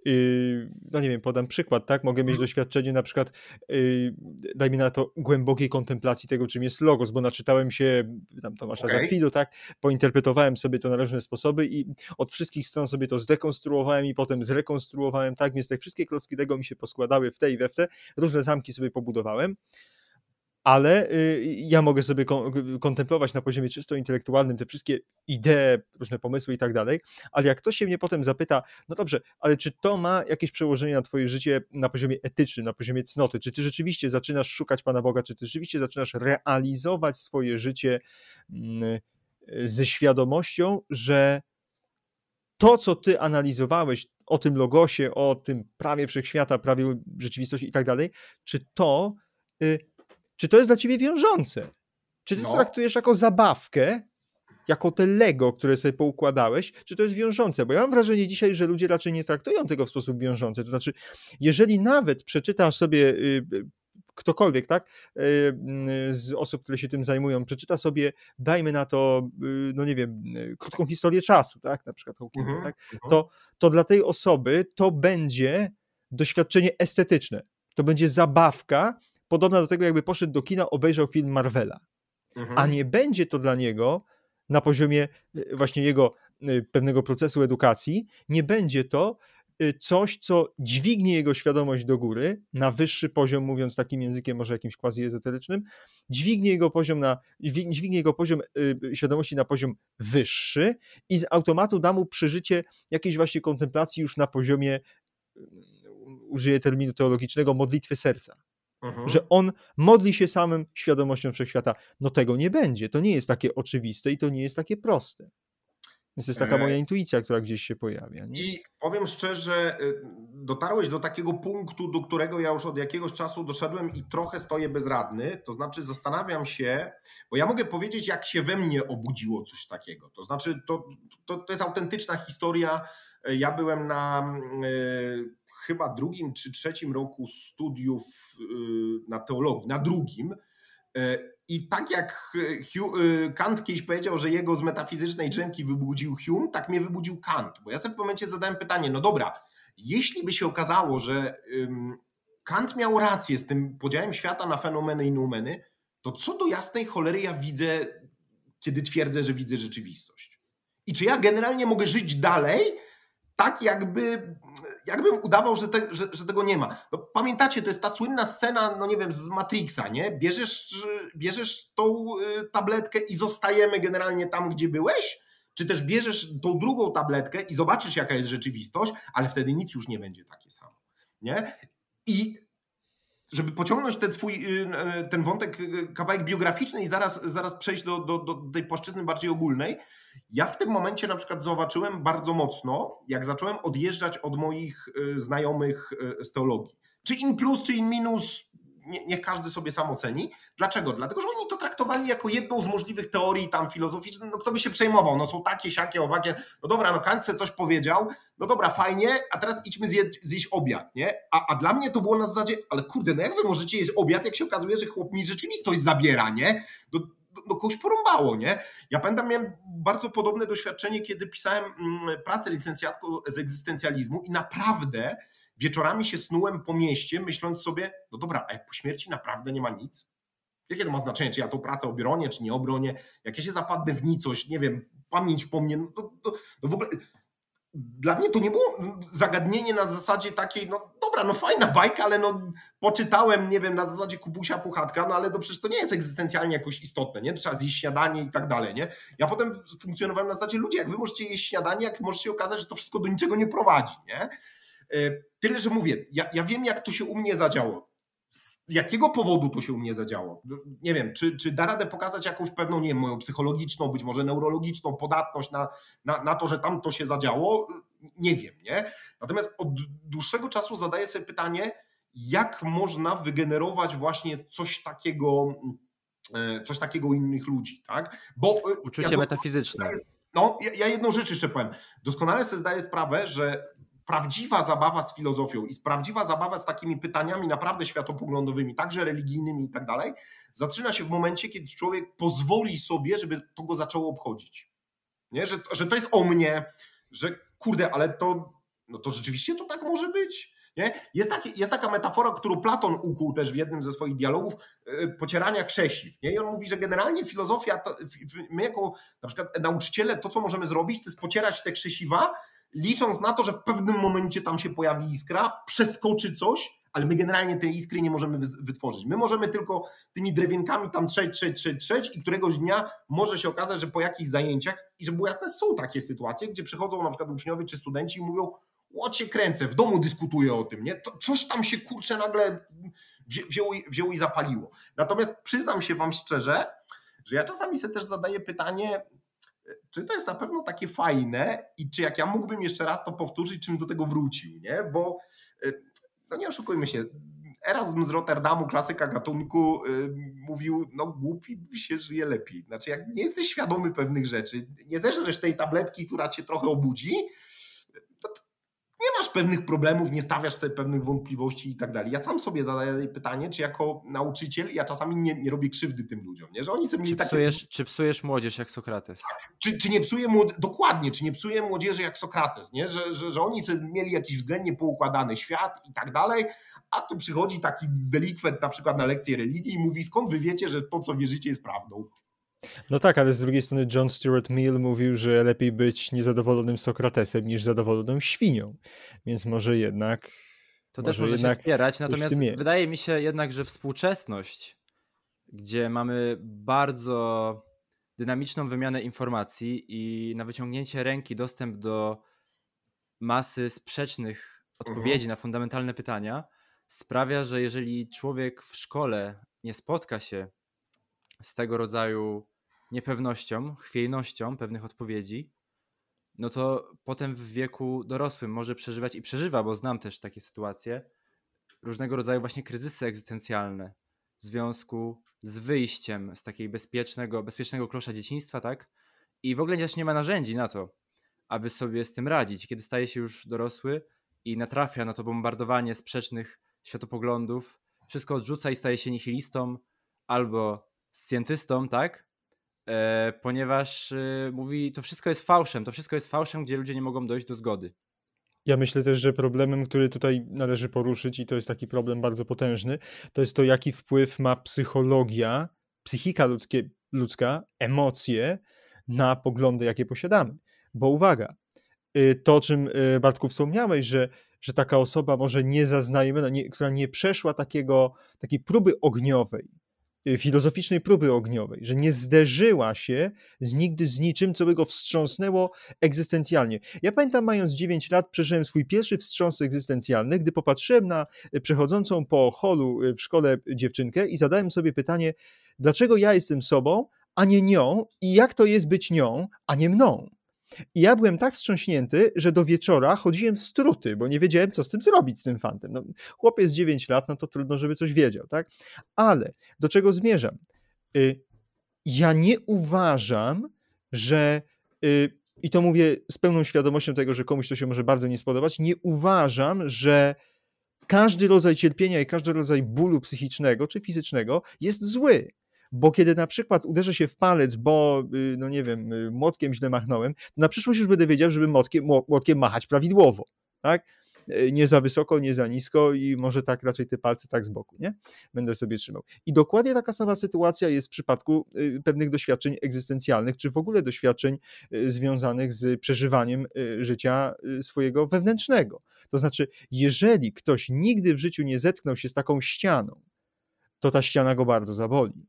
no nie wiem, podam przykład, tak? Mogę mieć doświadczenie na przykład, dajmy na to, głębokiej kontemplacji tego, czym jest logos, bo naczytałem się tam Tomasza Zakwidu, tak? Pointerpretowałem sobie to na różne sposoby i od wszystkich stron sobie to zdekonstruowałem i potem zrekonstruowałem, tak? Więc te wszystkie klocki Lego mi się poskładały w te i we w te, różne zamki sobie pobudowałem. Ale ja mogę sobie kontemplować na poziomie czysto intelektualnym te wszystkie idee, różne pomysły i tak dalej, ale jak ktoś się mnie potem zapyta, no dobrze, ale czy to ma jakieś przełożenie na twoje życie na poziomie etycznym, na poziomie cnoty, czy ty rzeczywiście zaczynasz szukać Pana Boga, czy ty rzeczywiście zaczynasz realizować swoje życie ze świadomością, że to, co ty analizowałeś o tym logosie, o tym prawie wszechświata, prawie rzeczywistości i tak dalej, czy to jest dla ciebie wiążące? Czy ty to traktujesz jako zabawkę, jako te Lego, które sobie poukładałeś, czy to jest wiążące? Bo ja mam wrażenie dzisiaj, że ludzie raczej nie traktują tego w sposób wiążący. To znaczy, jeżeli nawet przeczytasz sobie ktokolwiek, tak, z osób, które się tym zajmują, przeczyta sobie, dajmy na to, no nie wiem, krótką historię czasu, tak, na przykład Hawkinga, tak, to dla tej osoby to będzie doświadczenie estetyczne. To będzie zabawka, podobna do tego, jakby poszedł do kina, obejrzał film Marvela. A nie będzie to dla niego na poziomie właśnie jego pewnego procesu edukacji, nie będzie to coś, co dźwignie jego świadomość do góry, na wyższy poziom, mówiąc takim językiem może jakimś quasi-ezoterycznym, dźwignie jego poziom świadomości na poziom wyższy i z automatu da mu przeżycie jakiejś właśnie kontemplacji już na poziomie, użyję terminu teologicznego, modlitwy serca. Że on modli się samym świadomością wszechświata. No tego nie będzie. To nie jest takie oczywiste i to nie jest takie proste. Więc to jest taka moja intuicja, która gdzieś się pojawia. Nie? I powiem szczerze, dotarłeś do takiego punktu, do którego ja już od jakiegoś czasu doszedłem i trochę stoję bezradny. To znaczy zastanawiam się, bo ja mogę powiedzieć, jak się we mnie obudziło coś takiego. To znaczy to jest autentyczna historia. Ja byłem na chyba 2. czy 3. roku studiów na teologii, na 2. I tak jak Kant kiedyś powiedział, że jego z metafizycznej drzemki wybudził Hume, tak mnie wybudził Kant. Bo ja sobie w momencie zadałem pytanie, no dobra, jeśli by się okazało, że Kant miał rację z tym podziałem świata na fenomeny i noumeny, to co do jasnej cholery ja widzę, kiedy twierdzę, że widzę rzeczywistość? I czy ja generalnie mogę żyć dalej, tak jakbym udawał, że tego nie ma. No, pamiętacie, to jest ta słynna scena, no nie wiem, z Matrixa, nie? Bierzesz tą tabletkę i zostajemy generalnie tam, gdzie byłeś? Czy też bierzesz tą drugą tabletkę i zobaczysz, jaka jest rzeczywistość, ale wtedy nic już nie będzie takie samo, nie? I żeby pociągnąć ten wątek, kawałek biograficzny i zaraz przejść do tej płaszczyzny bardziej ogólnej, ja w tym momencie na przykład zobaczyłem bardzo mocno, jak zacząłem odjeżdżać od moich znajomych z teologii. Czy in plus, czy in minus, niech każdy sobie sam oceni. Dlaczego? Dlatego, że oni to traktowali jako jedną z możliwych teorii tam filozoficznych, no kto by się przejmował, no są takie, siakie, owakie, no dobra, no Kant coś powiedział, no dobra, fajnie, a teraz idźmy zjeść obiad, nie? A dla mnie to było na zasadzie, ale kurde, no jak wy możecie jeść obiad, jak się okazuje, że chłop mi rzeczywistość zabiera, nie? No kogoś porąbało, nie? Ja pamiętam, miałem bardzo podobne doświadczenie, kiedy pisałem pracę licencjacką z egzystencjalizmu i naprawdę wieczorami się snułem po mieście, myśląc sobie, no dobra, a jak po śmierci naprawdę nie ma nic? Jakie to ma znaczenie, czy ja tą pracę obronię, czy nie obronię? Jak ja się zapadnę w nicość, nie wiem, pamięć po mnie, no w ogóle dla mnie to nie było zagadnienie na zasadzie takiej, no dobra, no fajna bajka, ale no poczytałem, nie wiem, na zasadzie Kubusia Puchatka, no ale to przecież to nie jest egzystencjalnie jakoś istotne, nie? Trzeba zjeść śniadanie i tak dalej, nie? Ja potem funkcjonowałem na zasadzie, ludzie, jak wy możecie jeść śniadanie, jak może się okazać, że to wszystko do niczego nie prowadzi, nie? Tyle, że mówię, ja wiem, jak to się u mnie zadziało. Z jakiego powodu to się u mnie zadziało? Nie wiem, czy da radę pokazać jakąś pewną, nie wiem, moją psychologiczną, być może neurologiczną podatność na to, że tam to się zadziało? Nie wiem, nie? Natomiast od dłuższego czasu zadaję sobie pytanie, jak można wygenerować właśnie coś takiego u innych ludzi, tak? Bo Uczucie metafizyczne. No, ja jedną rzecz jeszcze powiem. Doskonale sobie zdaję sprawę, że prawdziwa zabawa z filozofią i prawdziwa zabawa z takimi pytaniami naprawdę światopoglądowymi, także religijnymi i tak dalej, zaczyna się w momencie, kiedy człowiek pozwoli sobie, żeby to go zaczęło obchodzić. Nie? Że to jest o mnie, że kurde, ale to rzeczywiście to tak może być. Nie? Jest taka metafora, którą Platon ukuł też w jednym ze swoich dialogów, pocierania krzesiw. Nie? I on mówi, że generalnie filozofia, my jako na przykład nauczyciele, to co możemy zrobić, to jest pocierać te krzesiwa, licząc na to, że w pewnym momencie tam się pojawi iskra, przeskoczy coś, ale my generalnie tej iskry nie możemy wytworzyć. My możemy tylko tymi drewienkami tam trzeć i któregoś dnia może się okazać, że po jakichś zajęciach, i żeby było jasne, są takie sytuacje, gdzie przychodzą na przykład uczniowie czy studenci i mówią, łocie kręcę, w domu dyskutuję o tym, nie? To coś tam się kurczę nagle wzięło i zapaliło. Natomiast przyznam się wam szczerze, że ja czasami sobie też zadaję pytanie, czy to jest na pewno takie fajne i czy jak ja mógłbym jeszcze raz to powtórzyć, czym do tego wrócił, nie? Bo no nie oszukujmy się, Erasm z Rotterdamu, klasyka gatunku, mówił, no głupi się żyje lepiej. Znaczy jak nie jesteś świadomy pewnych rzeczy, nie zeżresz tej tabletki, która cię trochę obudzi, to nie masz pewnych problemów, nie stawiasz sobie pewnych wątpliwości i tak dalej. Ja sam sobie zadaję pytanie, czy jako nauczyciel ja czasami nie robię krzywdy tym ludziom, nie? Że oni sobie mieli takie... Czy psujesz młodzież jak Sokrates? Czy nie psuje dokładnie, czy nie psuje młodzieży jak Sokrates, nie? Że oni sobie mieli jakiś względnie poukładany świat i tak dalej, a tu przychodzi taki delikwent na przykład na lekcję religii i mówi, skąd wy wiecie, że to co wierzycie jest prawdą? No tak, ale z drugiej strony John Stuart Mill mówił, że lepiej być niezadowolonym Sokratesem niż zadowoloną świnią, więc może jednak... To też może się wspierać, natomiast wydaje mi się jednak, że współczesność, gdzie mamy bardzo dynamiczną wymianę informacji i na wyciągnięcie ręki dostęp do masy sprzecznych odpowiedzi na fundamentalne pytania, sprawia, że jeżeli człowiek w szkole nie spotka się z tego rodzaju niepewnością, chwiejnością pewnych odpowiedzi, no to potem w wieku dorosłym może przeżywać i przeżywa, bo znam też takie sytuacje, różnego rodzaju właśnie kryzysy egzystencjalne w związku z wyjściem z takiej bezpiecznego klosza dzieciństwa, tak? I w ogóle też nie ma narzędzi na to, aby sobie z tym radzić. Kiedy staje się już dorosły i natrafia na to bombardowanie sprzecznych światopoglądów, wszystko odrzuca i staje się nihilistą albo scjentystą, tak? Ponieważ mówi, to wszystko jest fałszem, gdzie ludzie nie mogą dojść do zgody. Ja myślę też, że problemem, który tutaj należy poruszyć, i to jest taki problem bardzo potężny, to jest to, jaki wpływ ma psychika ludzka, emocje na poglądy, jakie posiadamy. Bo uwaga, to o czym Bartku wspomniałeś, że taka osoba może niezaznajomiona, która nie przeszła takiej próby ogniowej, filozoficznej próby ogniowej, że nie zderzyła się nigdy z niczym, co by go wstrząsnęło egzystencjalnie. Ja pamiętam, mając 9 lat, przeżyłem swój pierwszy wstrząs egzystencjalny, gdy popatrzyłem na przechodzącą po holu w szkole dziewczynkę i zadałem sobie pytanie, dlaczego ja jestem sobą, a nie nią i jak to jest być nią, a nie mną. I ja byłem tak wstrząśnięty, że do wieczora chodziłem struty, bo nie wiedziałem, co z tym zrobić, z tym fantem. No, chłopiec 9 lat, no to trudno, żeby coś wiedział, tak? Ale do czego zmierzam? Ja nie uważam, że, i to mówię z pełną świadomością tego, że komuś to się może bardzo nie spodobać, nie uważam, że każdy rodzaj cierpienia i każdy rodzaj bólu psychicznego czy fizycznego jest zły. Bo kiedy na przykład uderzę się w palec, bo, no nie wiem, młotkiem źle machnąłem, to na przyszłość już będę wiedział, żeby młotkiem machać prawidłowo, tak? Nie za wysoko, nie za nisko i może tak raczej te palce tak z boku, nie? Będę sobie trzymał. I dokładnie taka sama sytuacja jest w przypadku pewnych doświadczeń egzystencjalnych, czy w ogóle doświadczeń związanych z przeżywaniem życia swojego wewnętrznego. To znaczy, jeżeli ktoś nigdy w życiu nie zetknął się z taką ścianą, to ta ściana go bardzo zaboli,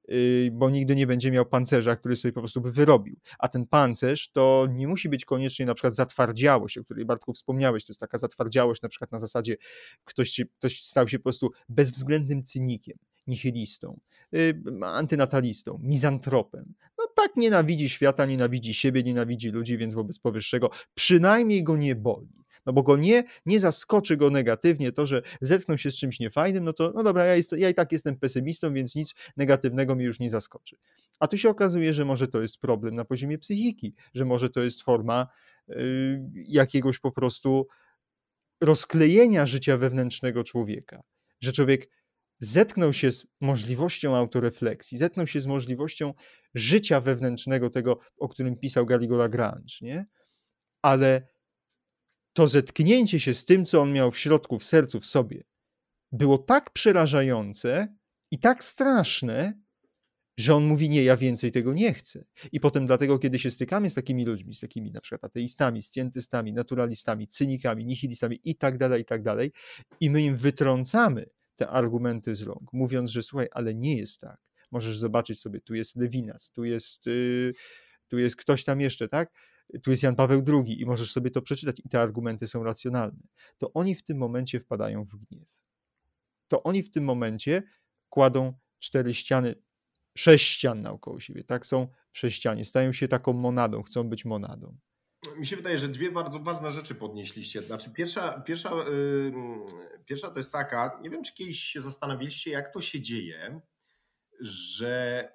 bo nigdy nie będzie miał pancerza, który sobie po prostu by wyrobił. A ten pancerz to nie musi być koniecznie na przykład zatwardziałość, o której, Bartku, wspomniałeś. To jest taka zatwardziałość na przykład na zasadzie ktoś stał się po prostu bezwzględnym cynikiem, nihilistą, antynatalistą, mizantropem. No tak nienawidzi świata, nienawidzi siebie, nienawidzi ludzi, więc wobec powyższego przynajmniej go nie boli. No bo go nie zaskoczy go negatywnie to, że zetknął się z czymś niefajnym, no to no dobra, ja i tak jestem pesymistą, więc nic negatywnego mnie już nie zaskoczy. A tu się okazuje, że może to jest problem na poziomie psychiki, że może to jest forma jakiegoś po prostu rozklejenia życia wewnętrznego człowieka, że człowiek zetknął się z możliwością autorefleksji, zetknął się z możliwością życia wewnętrznego, tego, o którym pisał Garrigou Lagrange, nie? Ale to zetknięcie się z tym, co on miał w środku, w sercu, w sobie, było tak przerażające i tak straszne, że on mówi, nie, ja więcej tego nie chcę. I potem dlatego, kiedy się stykamy z takimi ludźmi, z takimi na przykład ateistami, scjentystami, naturalistami, cynikami, nihilistami i tak dalej, i my im wytrącamy te argumenty z rąk, mówiąc, że słuchaj, ale nie jest tak. Możesz zobaczyć sobie, tu jest Lewinas, tu jest ktoś tam jeszcze, tak? Tu jest Jan Paweł II i możesz sobie to przeczytać i te argumenty są racjonalne. To oni w tym momencie wpadają w gniew. To oni w tym momencie kładą 4 ściany, 6 ścian naokoło siebie, tak? Są w sześcianie, stają się taką monadą, chcą być monadą. Mi się wydaje, że 2 bardzo ważne rzeczy podnieśliście. Znaczy pierwsza to jest taka, nie wiem, czy kiedyś się zastanawialiście, jak to się dzieje, że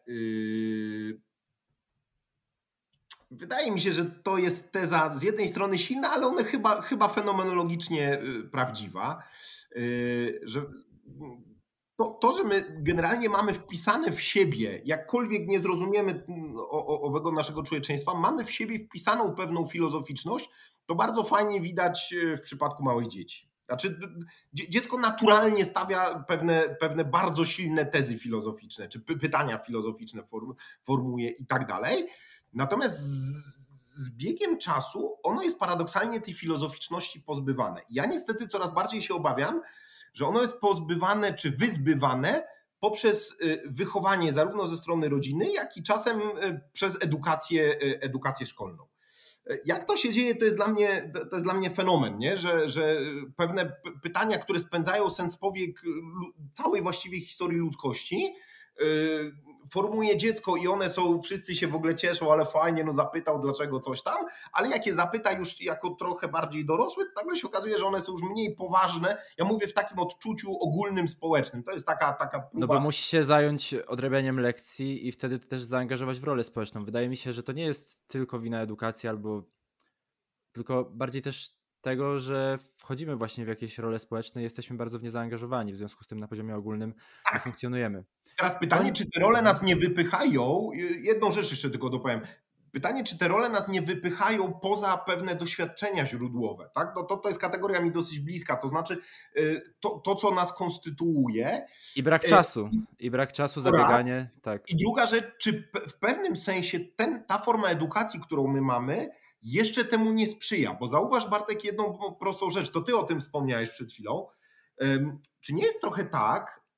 wydaje mi się, że to jest teza z jednej strony silna, ale ona chyba fenomenologicznie prawdziwa, że to, że my generalnie mamy wpisane w siebie, jakkolwiek nie zrozumiemy owego naszego człowieczeństwa, mamy w siebie wpisaną pewną filozoficzność, to bardzo fajnie widać w przypadku małych dzieci. Znaczy, dziecko naturalnie stawia pewne bardzo silne tezy filozoficzne, czy pytania filozoficzne formuje i tak dalej. Natomiast z biegiem czasu ono jest paradoksalnie tej filozoficzności pozbywane. Ja niestety coraz bardziej się obawiam, że ono jest pozbywane czy wyzbywane poprzez wychowanie zarówno ze strony rodziny, jak i czasem przez edukację szkolną. Jak to się dzieje, to jest dla mnie fenomen, nie? Że pewne pytania, które spędzają sens powiek całej właściwie historii ludzkości, formuje dziecko i one są, wszyscy się w ogóle cieszą, ale fajnie, no zapytał dlaczego coś tam, ale jak je zapyta już jako trochę bardziej dorosły, to nagle się okazuje, że one są już mniej poważne. Ja mówię w takim odczuciu ogólnym, społecznym. To jest taka próba. No bo musi się zająć odrabianiem lekcji i wtedy też zaangażować w rolę społeczną. Wydaje mi się, że to nie jest tylko wina edukacji, tylko bardziej też tego, że wchodzimy właśnie w jakieś role społeczne i jesteśmy bardzo w nie zaangażowani, w związku z tym na poziomie ogólnym nie funkcjonujemy. Teraz pytanie, czy te role nas nie wypychają, jedną rzecz jeszcze tylko dopowiem, pytanie, czy te role nas nie wypychają poza pewne doświadczenia źródłowe, tak? No to jest kategoria mi dosyć bliska, to znaczy to co nas konstytuuje. I brak czasu, zabieganie. Tak. I druga rzecz, czy w pewnym sensie ta forma edukacji, którą my mamy, jeszcze temu nie sprzyja, bo zauważ, Bartek, jedną prostą rzecz, to ty o tym wspomniałeś przed chwilą. Czy nie jest trochę tak,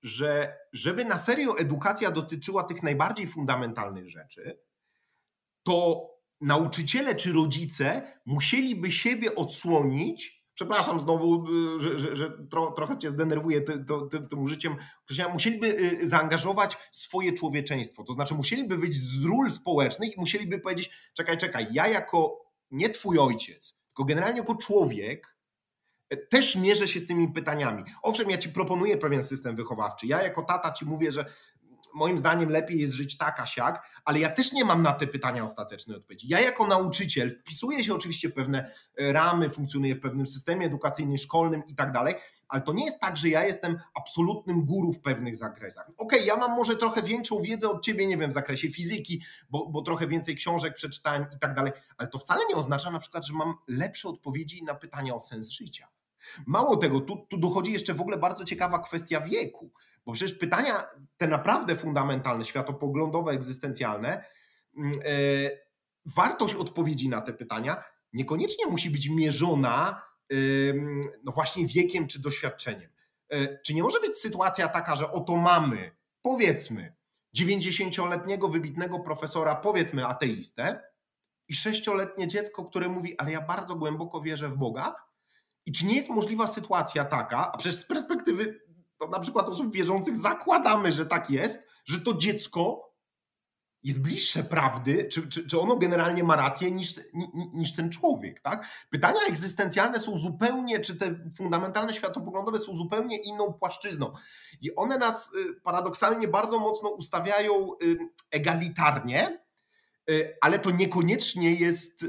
że żeby na serio edukacja dotyczyła tych najbardziej fundamentalnych rzeczy, to nauczyciele czy rodzice musieliby siebie odsłonić. Przepraszam znowu, że trochę cię zdenerwuję tym użyciem określenia. Musieliby zaangażować swoje człowieczeństwo. To znaczy musieliby wyjść z ról społecznych i musieliby powiedzieć, czekaj, ja jako nie twój ojciec, tylko generalnie jako człowiek też mierzę się z tymi pytaniami. Owszem, ja ci proponuję pewien system wychowawczy. Ja jako tata ci mówię, że moim zdaniem lepiej jest żyć tak, a siak, ale ja też nie mam na te pytania ostatecznej odpowiedzi. Ja jako nauczyciel wpisuję się oczywiście w pewne ramy, funkcjonuję w pewnym systemie edukacyjnym, szkolnym i tak dalej, ale to nie jest tak, że ja jestem absolutnym guru w pewnych zakresach. Okej, ja mam może trochę większą wiedzę od ciebie, nie wiem, w zakresie fizyki, bo trochę więcej książek przeczytałem i tak dalej, ale to wcale nie oznacza na przykład, że mam lepsze odpowiedzi na pytania o sens życia. Mało tego, tu dochodzi jeszcze w ogóle bardzo ciekawa kwestia wieku, bo przecież pytania te naprawdę fundamentalne, światopoglądowe, egzystencjalne, wartość odpowiedzi na te pytania niekoniecznie musi być mierzona no właśnie wiekiem czy doświadczeniem. Czy nie może być sytuacja taka, że oto mamy, powiedzmy, 90-letniego wybitnego profesora, powiedzmy ateistę i 6-letnie dziecko, które mówi, ale ja bardzo głęboko wierzę w Boga. I czy nie jest możliwa sytuacja taka, a przecież z perspektywy na przykład osób wierzących zakładamy, że tak jest, że to dziecko jest bliższe prawdy, czy ono generalnie ma rację niż ten człowiek. Tak? Pytania egzystencjalne są zupełnie, czy te fundamentalne światopoglądowe są zupełnie inną płaszczyzną. I one nas paradoksalnie bardzo mocno ustawiają egalitarnie, ale to niekoniecznie jest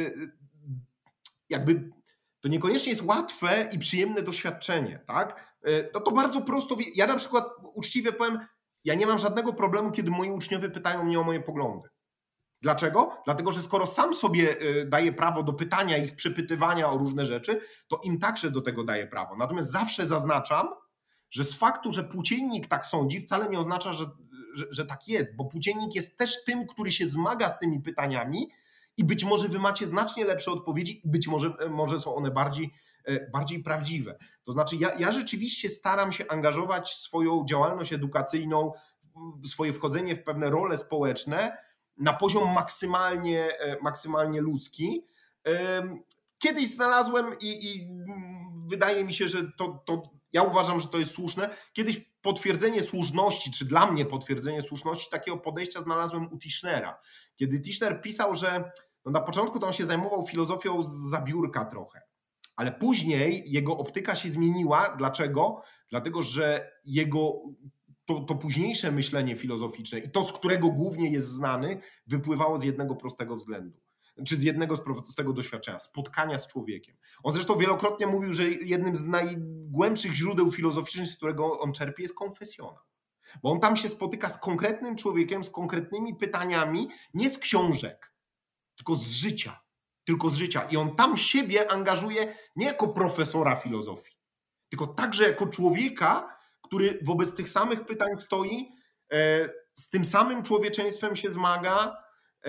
to niekoniecznie jest łatwe i przyjemne doświadczenie, tak? No to bardzo prosto, ja na przykład uczciwie powiem, ja nie mam żadnego problemu, kiedy moi uczniowie pytają mnie o moje poglądy. Dlaczego? Dlatego, że skoro sam sobie daję prawo do pytania ich, przepytywania o różne rzeczy, to im także do tego daję prawo. Natomiast zawsze zaznaczam, że z faktu, że płóciennik tak sądzi, wcale nie oznacza, że tak jest, bo płóciennik jest też tym, który się zmaga z tymi pytaniami i być może wy macie znacznie lepsze odpowiedzi i być może są one bardziej prawdziwe. To znaczy ja rzeczywiście staram się angażować swoją działalność edukacyjną, swoje wchodzenie w pewne role społeczne na poziom maksymalnie ludzki. Kiedyś znalazłem i wydaje mi się, że ja uważam, że to jest słuszne. Kiedyś potwierdzenie słuszności, czy dla mnie potwierdzenie słuszności takiego podejścia znalazłem u Tischnera. Kiedy Tischner pisał, że na początku to on się zajmował filozofią z zabiórka trochę, ale później jego optyka się zmieniła. Dlaczego? Dlatego, że jego to późniejsze myślenie filozoficzne i to, z którego głównie jest znany, wypływało z jednego prostego względu. Czy z jednego z prostego doświadczenia, spotkania z człowiekiem. On zresztą wielokrotnie mówił, że jednym z najgłębszych źródeł filozoficznych, z którego on czerpie, jest konfesjonał. Bo on tam się spotyka z konkretnym człowiekiem, z konkretnymi pytaniami, nie z książek, tylko z życia. I on tam siebie angażuje nie jako profesora filozofii, tylko także jako człowieka, który wobec tych samych pytań stoi, z tym samym człowieczeństwem się zmaga,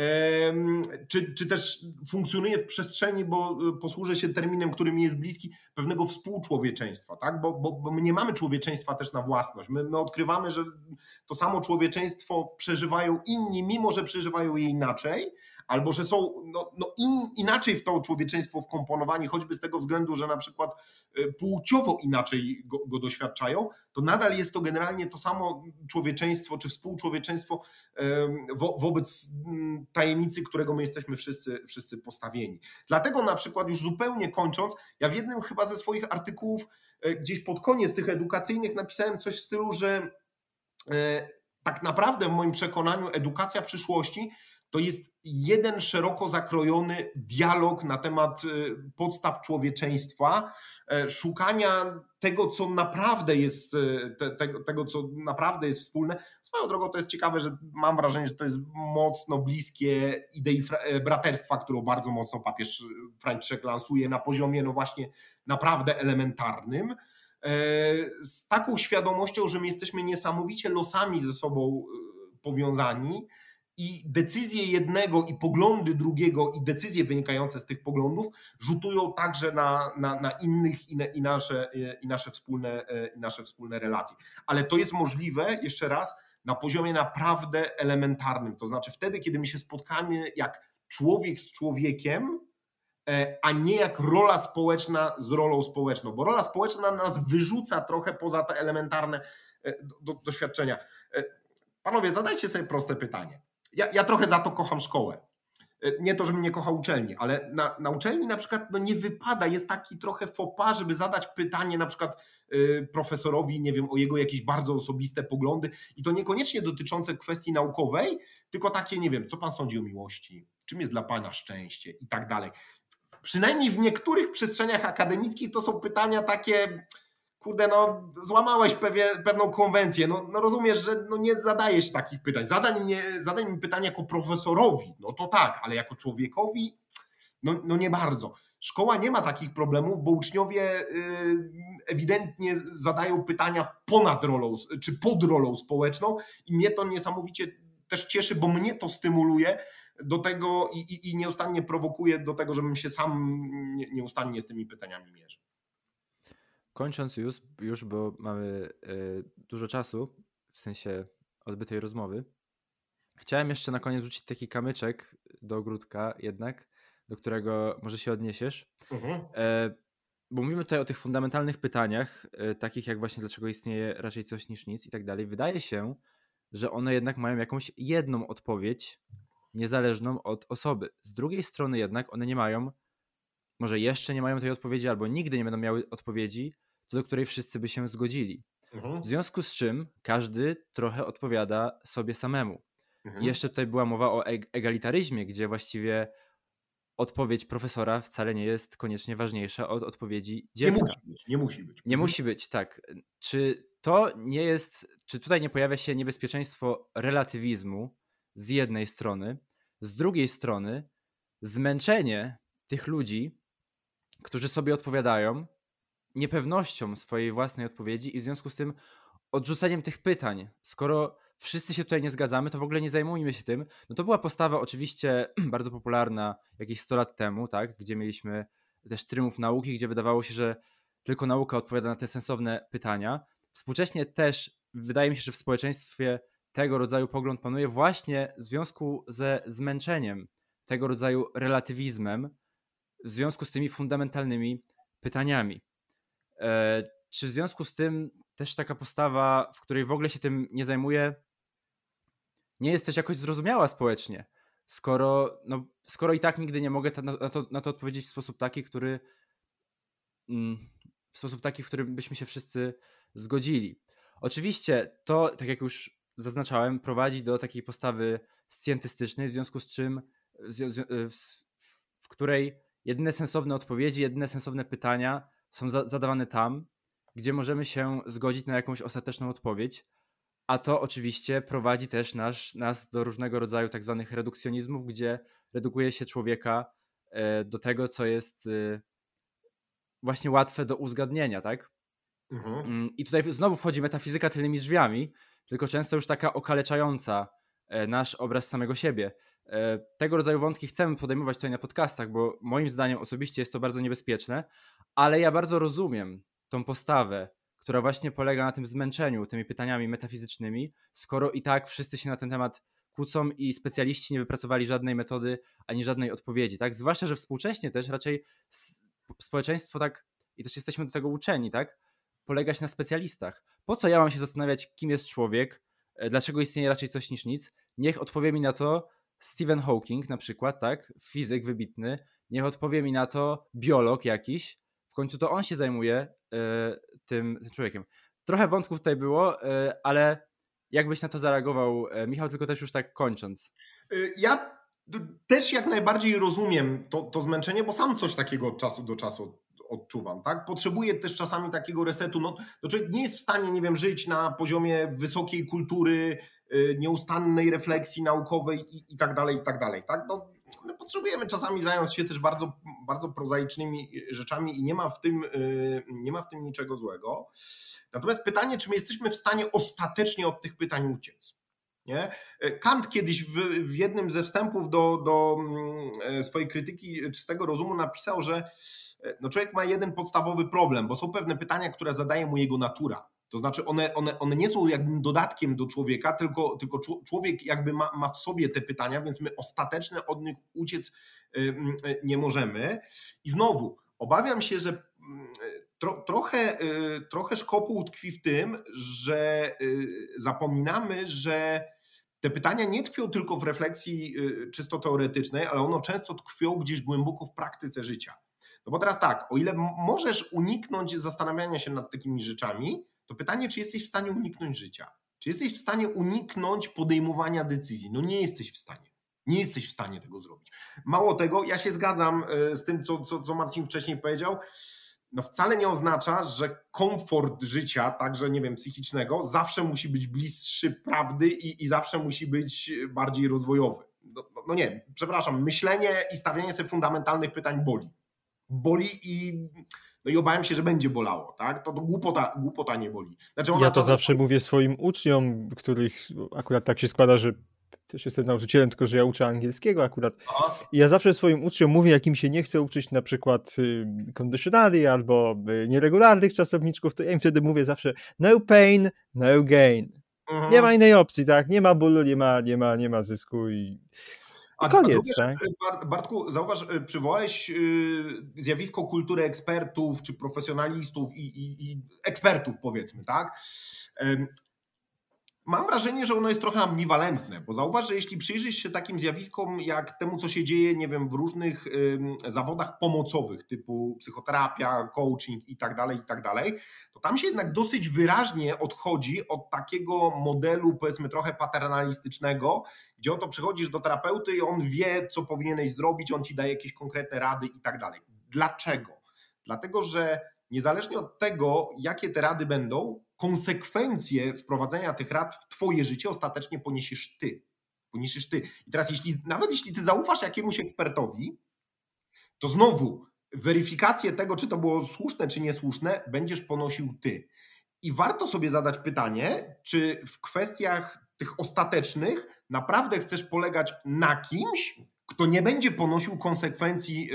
czy też funkcjonuje w przestrzeni, bo posłużę się terminem, który mi jest bliski, pewnego współczłowieczeństwa, tak? Bo my nie mamy człowieczeństwa też na własność. My odkrywamy, że to samo człowieczeństwo przeżywają inni, mimo że przeżywają je inaczej, albo że są inaczej w to człowieczeństwo wkomponowani, choćby z tego względu, że na przykład płciowo inaczej go doświadczają, to nadal jest to generalnie to samo człowieczeństwo czy współczłowieczeństwo wobec tajemnicy, którego my jesteśmy wszyscy postawieni. Dlatego na przykład już zupełnie kończąc, ja w jednym chyba ze swoich artykułów gdzieś pod koniec tych edukacyjnych napisałem coś w stylu, że tak naprawdę w moim przekonaniu edukacja przyszłości to jest jeden szeroko zakrojony dialog na temat podstaw człowieczeństwa, szukania tego, co naprawdę jest, tego, co naprawdę jest wspólne. Swoją drogą to jest ciekawe, że mam wrażenie, że to jest mocno bliskie idei braterstwa, którą bardzo mocno papież Franciszek lansuje na poziomie no właśnie naprawdę elementarnym, z taką świadomością, że my jesteśmy niesamowicie losami ze sobą powiązani i decyzje jednego i poglądy drugiego i decyzje wynikające z tych poglądów rzutują także na innych i nasze wspólne relacje. Ale to jest możliwe, jeszcze raz, na poziomie naprawdę elementarnym. To znaczy wtedy, kiedy my się spotkamy jak człowiek z człowiekiem, a nie jak rola społeczna z rolą społeczną, bo rola społeczna nas wyrzuca trochę poza te elementarne doświadczenia. Panowie, zadajcie sobie proste pytanie. Ja trochę za to kocham szkołę. Nie to, żebym nie kochał uczelni, ale na uczelni na przykład nie wypada, jest taki trochę faux pas, żeby zadać pytanie na przykład profesorowi, nie wiem, o jego jakieś bardzo osobiste poglądy i to niekoniecznie dotyczące kwestii naukowej, tylko takie, nie wiem, co pan sądzi o miłości, czym jest dla pana szczęście i tak dalej. Przynajmniej w niektórych przestrzeniach akademickich to są pytania takie, kurde, no złamałeś pewną konwencję, no rozumiesz, że nie zadajesz takich pytań. Zadaj mi pytanie jako profesorowi, no to tak, ale jako człowiekowi, no nie bardzo. Szkoła nie ma takich problemów, bo uczniowie ewidentnie zadają pytania ponad rolą, czy pod rolą społeczną i mnie to niesamowicie też cieszy, bo mnie to stymuluje do tego i nieustannie prowokuje do tego, żebym się sam nieustannie z tymi pytaniami mierzył. Kończąc już, bo mamy dużo czasu, w sensie odbytej rozmowy, chciałem jeszcze na koniec rzucić taki kamyczek do ogródka jednak, do którego może się odniesiesz. Bo mówimy tutaj o tych fundamentalnych pytaniach, takich jak właśnie dlaczego istnieje raczej coś niż nic i tak dalej. Wydaje się, że one jednak mają jakąś jedną odpowiedź, niezależną od osoby. Z drugiej strony jednak one nie mają, może jeszcze nie mają tej odpowiedzi, albo nigdy nie będą miały odpowiedzi, co do której wszyscy by się zgodzili. W związku z czym każdy trochę odpowiada sobie samemu. I jeszcze tutaj była mowa o egalitaryzmie, gdzie właściwie odpowiedź profesora wcale nie jest koniecznie ważniejsza od odpowiedzi dziecka. Nie musi być, tak. Czy to nie jest, czy tutaj nie pojawia się niebezpieczeństwo relatywizmu z jednej strony, z drugiej strony zmęczenie tych ludzi, którzy sobie odpowiadają, niepewnością swojej własnej odpowiedzi i w związku z tym odrzuceniem tych pytań. Skoro wszyscy się tutaj nie zgadzamy, to w ogóle nie zajmujmy się tym. No to była postawa oczywiście bardzo popularna jakieś 100 lat temu, tak, gdzie mieliśmy też triumf nauki, gdzie wydawało się, że tylko nauka odpowiada na te sensowne pytania. Współcześnie też wydaje mi się, że w społeczeństwie tego rodzaju pogląd panuje właśnie w związku ze zmęczeniem tego rodzaju relatywizmem, w związku z tymi fundamentalnymi pytaniami. Czy w związku z tym też taka postawa, w której w ogóle się tym nie zajmuje, nie jest też jakoś zrozumiała społecznie, skoro i tak nigdy nie mogę na to odpowiedzieć w sposób taki, w którym byśmy się wszyscy zgodzili. Oczywiście to, tak jak już zaznaczałem, prowadzi do takiej postawy scjentystycznej, w związku z czym w której jedyne sensowne odpowiedzi, jedyne sensowne pytania są zadawane tam, gdzie możemy się zgodzić na jakąś ostateczną odpowiedź, a to oczywiście prowadzi też nas do różnego rodzaju tak zwanych redukcjonizmów, gdzie redukuje się człowieka do tego, co jest właśnie łatwe do uzgadnienia, tak? I tutaj znowu wchodzi metafizyka tylnymi drzwiami, tylko często już taka okaleczająca nasz obraz samego siebie. Tego rodzaju wątki chcemy podejmować tutaj na podcastach, bo moim zdaniem osobiście jest to bardzo niebezpieczne, ale ja bardzo rozumiem tą postawę, która właśnie polega na tym zmęczeniu tymi pytaniami metafizycznymi, skoro i tak wszyscy się na ten temat kłócą i specjaliści nie wypracowali żadnej metody ani żadnej odpowiedzi, tak? Zwłaszcza, że współcześnie też raczej społeczeństwo tak, i też jesteśmy do tego uczeni, tak? Polegać na specjalistach. Po co ja mam się zastanawiać, kim jest człowiek, dlaczego istnieje raczej coś niż nic? Niech odpowie mi na to Stephen Hawking na przykład, tak? Fizyk wybitny. Niech odpowie mi na to biolog jakiś. W końcu to on się zajmuje tym człowiekiem. Trochę wątków tutaj było, ale jakbyś na to zareagował, Michał, tylko też już tak kończąc. Ja też jak najbardziej rozumiem to zmęczenie, bo sam coś takiego od czasu do czasu odczuwam, tak? Potrzebuję też czasami takiego resetu. No człowiek nie jest w stanie, nie wiem, żyć na poziomie wysokiej kultury, nieustannej refleksji naukowej i tak dalej, tak? No, my potrzebujemy czasami zająć się też bardzo, bardzo prozaicznymi rzeczami i nie ma w tym niczego złego. Natomiast pytanie, czy my jesteśmy w stanie ostatecznie od tych pytań uciec? Nie? Kant kiedyś w jednym ze wstępów do swojej krytyki czystego rozumu napisał, że no człowiek ma jeden podstawowy problem, bo są pewne pytania, które zadaje mu jego natura. To znaczy one nie są jakby dodatkiem do człowieka, tylko człowiek jakby ma w sobie te pytania, więc my ostatecznie od nich uciec nie możemy. I znowu, obawiam się, że trochę szkopuł tkwi w tym, że zapominamy, że te pytania nie tkwią tylko w refleksji czysto teoretycznej, ale one często tkwią gdzieś głęboko w praktyce życia. No bo teraz tak, o ile możesz uniknąć zastanawiania się nad takimi rzeczami, to pytanie, czy jesteś w stanie uniknąć życia? Czy jesteś w stanie uniknąć podejmowania decyzji? No nie jesteś w stanie. Nie jesteś w stanie tego zrobić. Mało tego, ja się zgadzam z tym, co Marcin wcześniej powiedział, no wcale nie oznacza, że komfort życia, także nie wiem, psychicznego, zawsze musi być bliższy prawdy i zawsze musi być bardziej rozwojowy. No nie, przepraszam, myślenie i stawianie sobie fundamentalnych pytań boli. Boli i obawiam się, że będzie bolało, tak? To głupota nie boli. Znaczy Ja to zawsze mówię swoim uczniom, których akurat tak się składa, że też jestem nauczycielem, tylko że ja uczę angielskiego akurat. I ja zawsze swoim uczniom mówię, jak im się nie chce uczyć na przykład conditionally albo nieregularnych czasowniczków, to ja im wtedy mówię zawsze no pain, no gain. Nie ma innej opcji, tak? Nie ma bólu, nie ma zysku i koniec, tak? Bartku, zauważ, przywołałeś zjawisko kultury ekspertów czy profesjonalistów i ekspertów, powiedzmy, tak? Mam wrażenie, że ono jest trochę ambiwalentne, bo zauważ, że jeśli przyjrzysz się takim zjawiskom jak temu, co się dzieje, nie wiem, w różnych zawodach pomocowych typu psychoterapia, coaching i tak dalej, to tam się jednak dosyć wyraźnie odchodzi od takiego modelu, powiedzmy, trochę paternalistycznego, gdzie oto przychodzisz do terapeuty i on wie, co powinieneś zrobić, on ci daje jakieś konkretne rady i tak dalej. Dlaczego? Dlatego, że niezależnie od tego, jakie te rady będą, konsekwencje wprowadzenia tych rad w twoje życie ostatecznie poniesiesz ty. I teraz nawet jeśli ty zaufasz jakiemuś ekspertowi, to znowu weryfikację tego, czy to było słuszne, czy niesłuszne, będziesz ponosił ty. I warto sobie zadać pytanie, czy w kwestiach tych ostatecznych naprawdę chcesz polegać na kimś, kto nie będzie ponosił konsekwencji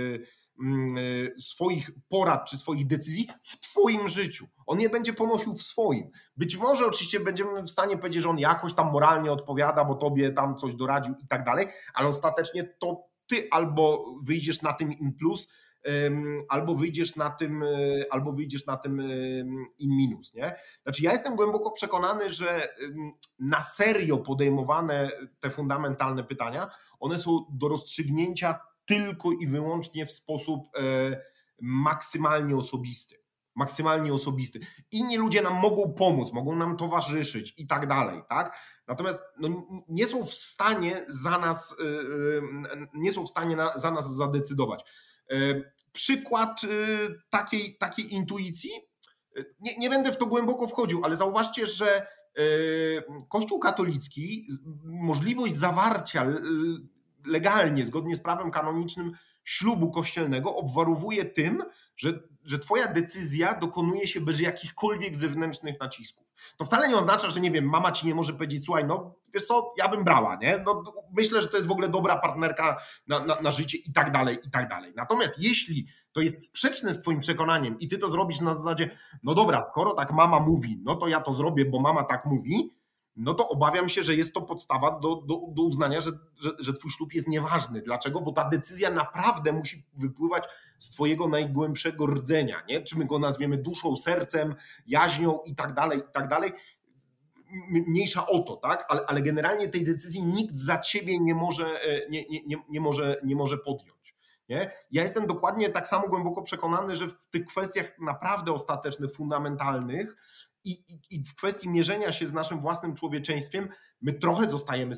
swoich porad czy swoich decyzji w twoim życiu. On nie będzie ponosił w swoim. Być może oczywiście będziemy w stanie powiedzieć, że on jakoś tam moralnie odpowiada, bo tobie tam coś doradził i tak dalej, ale ostatecznie to ty albo wyjdziesz na tym in plus, albo wyjdziesz na tym in minus. Nie? Znaczy ja jestem głęboko przekonany, że na serio podejmowane te fundamentalne pytania, one są do rozstrzygnięcia tylko i wyłącznie w sposób maksymalnie osobisty. Inni ludzie nam mogą pomóc, mogą nam towarzyszyć i tak dalej, tak? Natomiast nie są w stanie za nas zadecydować. Przykład takiej intuicji, nie będę w to głęboko wchodził, ale zauważcie, że Kościół katolicki możliwość zawarcia legalnie, zgodnie z prawem kanonicznym ślubu kościelnego obwarowuje tym, że twoja decyzja dokonuje się bez jakichkolwiek zewnętrznych nacisków. To wcale nie oznacza, że nie wiem, mama ci nie może powiedzieć, słuchaj, no wiesz co, ja bym brała, nie? No, myślę, że to jest w ogóle dobra partnerka na życie i tak dalej. Natomiast jeśli to jest sprzeczne z twoim przekonaniem i ty to zrobisz na zasadzie, no dobra, skoro tak mama mówi, no to ja to zrobię, bo mama tak mówi, no to obawiam się, że jest to podstawa do uznania, że twój ślub jest nieważny. Dlaczego? Bo ta decyzja naprawdę musi wypływać z twojego najgłębszego rdzenia, nie? Czy my go nazwiemy duszą, sercem, jaźnią i tak dalej. Mniejsza o to, tak? Ale generalnie tej decyzji nikt za ciebie nie może podjąć. Nie? Ja jestem dokładnie tak samo głęboko przekonany, że w tych kwestiach naprawdę ostatecznych, fundamentalnych i w kwestii mierzenia się z naszym własnym człowieczeństwem, my trochę zostajemy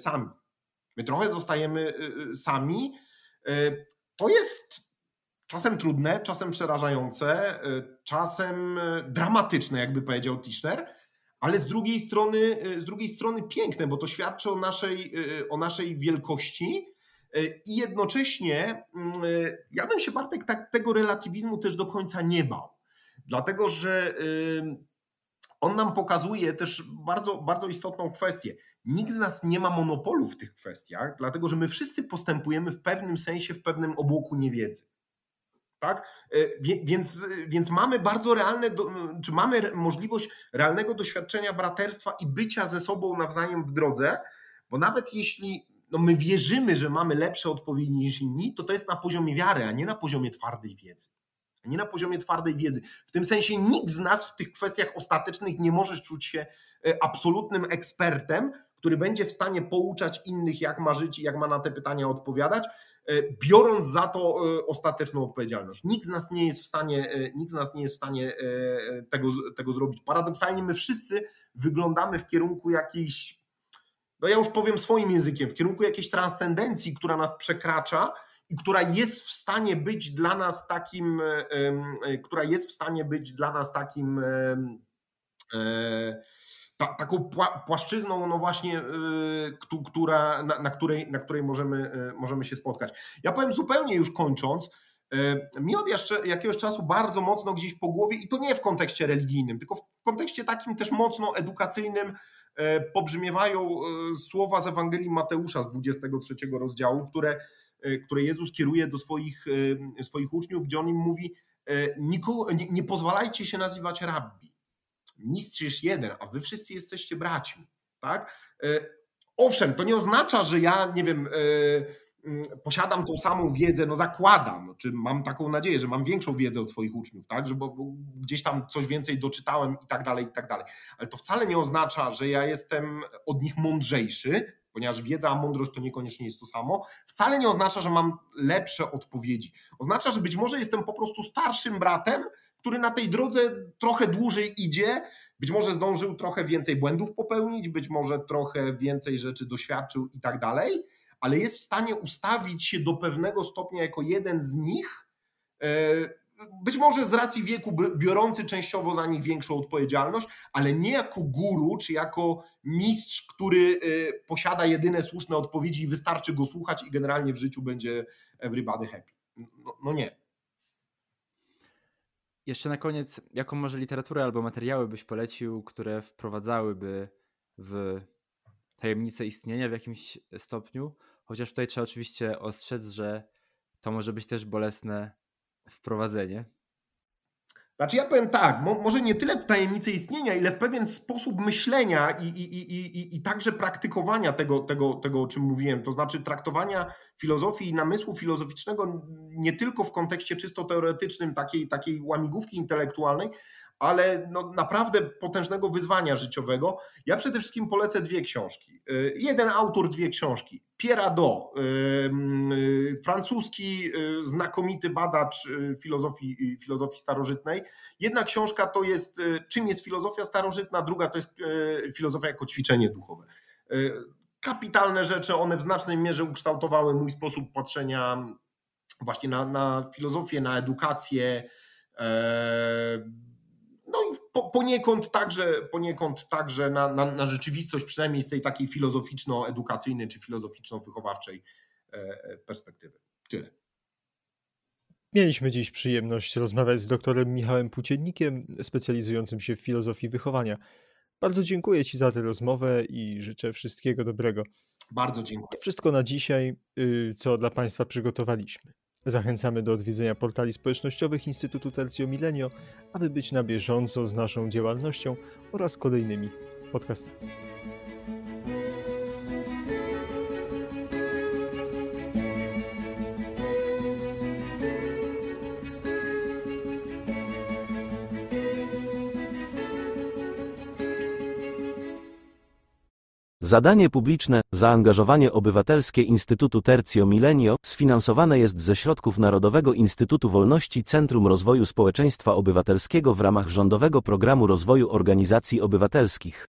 sami. To jest czasem trudne, czasem przerażające, czasem dramatyczne, jakby powiedział Tischner, ale z drugiej strony piękne, bo to świadczy o naszej wielkości i jednocześnie ja bym się, Bartek, tego relatywizmu też do końca nie bał. Dlatego, że on nam pokazuje też bardzo, bardzo istotną kwestię. Nikt z nas nie ma monopolu w tych kwestiach, dlatego że my wszyscy postępujemy w pewnym sensie, w pewnym obłoku niewiedzy. Tak? Więc mamy bardzo realne, czy mamy możliwość realnego doświadczenia braterstwa i bycia ze sobą nawzajem w drodze, bo nawet jeśli my wierzymy, że mamy lepsze odpowiedzi niż inni, to jest na poziomie wiary, a nie na poziomie twardej wiedzy. Nie na poziomie twardej wiedzy. W tym sensie nikt z nas w tych kwestiach ostatecznych nie może czuć się absolutnym ekspertem, który będzie w stanie pouczać innych, jak ma żyć i jak ma na te pytania odpowiadać, biorąc za to ostateczną odpowiedzialność. Nikt z nas nie jest w stanie tego zrobić. Paradoksalnie my wszyscy wyglądamy w kierunku jakiejś, ja już powiem swoim językiem, w kierunku jakiejś transcendencji, która nas przekracza i która jest w stanie być dla nas taką płaszczyzną, no właśnie, na której możemy się spotkać. Ja powiem zupełnie już kończąc, mi od jeszcze jakiegoś czasu bardzo mocno gdzieś po głowie, i to nie w kontekście religijnym, tylko w kontekście takim też mocno edukacyjnym, pobrzmiewają słowa z Ewangelii Mateusza z 23 rozdziału, które Jezus kieruje do swoich uczniów, gdzie on im mówi: nie pozwalajcie się nazywać rabbi. Mistrz jest jeden, a wy wszyscy jesteście braćmi. Tak? Owszem, to nie oznacza, że ja, nie wiem, posiadam tą samą wiedzę, no zakładam, czy mam taką nadzieję, że mam większą wiedzę od swoich uczniów, tak? Bo gdzieś tam coś więcej doczytałem i tak dalej, i tak dalej. Ale to wcale nie oznacza, że ja jestem od nich mądrzejszy, ponieważ wiedza a mądrość to niekoniecznie jest to samo. Wcale nie oznacza, że mam lepsze odpowiedzi. Oznacza, że być może jestem po prostu starszym bratem, który na tej drodze trochę dłużej idzie, być może zdążył trochę więcej błędów popełnić, być może trochę więcej rzeczy doświadczył i tak dalej, ale jest w stanie ustawić się do pewnego stopnia jako jeden z nich, być może z racji wieku biorący częściowo za nich większą odpowiedzialność, ale nie jako guru, czy jako mistrz, który posiada jedyne słuszne odpowiedzi i wystarczy go słuchać i generalnie w życiu będzie everybody happy. No nie. Jeszcze na koniec, jaką może literaturę albo materiały byś polecił, które wprowadzałyby w tajemnicę istnienia w jakimś stopniu? Chociaż tutaj trzeba oczywiście ostrzec, że to może być też bolesne wprowadzenie. Znaczy ja powiem tak, może nie tyle w tajemnicy istnienia, ile w pewien sposób myślenia i także praktykowania tego, o czym mówiłem, to znaczy traktowania filozofii i namysłu filozoficznego nie tylko w kontekście czysto teoretycznym, takiej łamigłówki intelektualnej, ale naprawdę potężnego wyzwania życiowego. Ja przede wszystkim polecę 2 książki. Jeden autor, 2 książki. Pierre Hadot, francuski znakomity badacz filozofii starożytnej. Jedna książka to jest Czym jest filozofia starożytna, druga to jest Filozofia jako ćwiczenie duchowe. Kapitalne rzeczy, one w znacznej mierze ukształtowały mój sposób patrzenia właśnie na filozofię, na edukację. No i poniekąd także na rzeczywistość, przynajmniej z tej takiej filozoficzno-edukacyjnej czy filozoficzno-wychowawczej perspektywy. Tyle. Mieliśmy dziś przyjemność rozmawiać z doktorem Michałem Płóciennikiem, specjalizującym się w filozofii wychowania. Bardzo dziękuję Ci za tę rozmowę i życzę wszystkiego dobrego. Bardzo dziękuję. To wszystko na dzisiaj, co dla Państwa przygotowaliśmy. Zachęcamy do odwiedzenia portali społecznościowych Instytutu Tertio Millennio, aby być na bieżąco z naszą działalnością oraz kolejnymi podcastami. Zadanie publiczne, zaangażowanie obywatelskie Instytutu Tertio Millennio sfinansowane jest ze środków Narodowego Instytutu Wolności Centrum Rozwoju Społeczeństwa Obywatelskiego w ramach Rządowego Programu Rozwoju Organizacji Obywatelskich.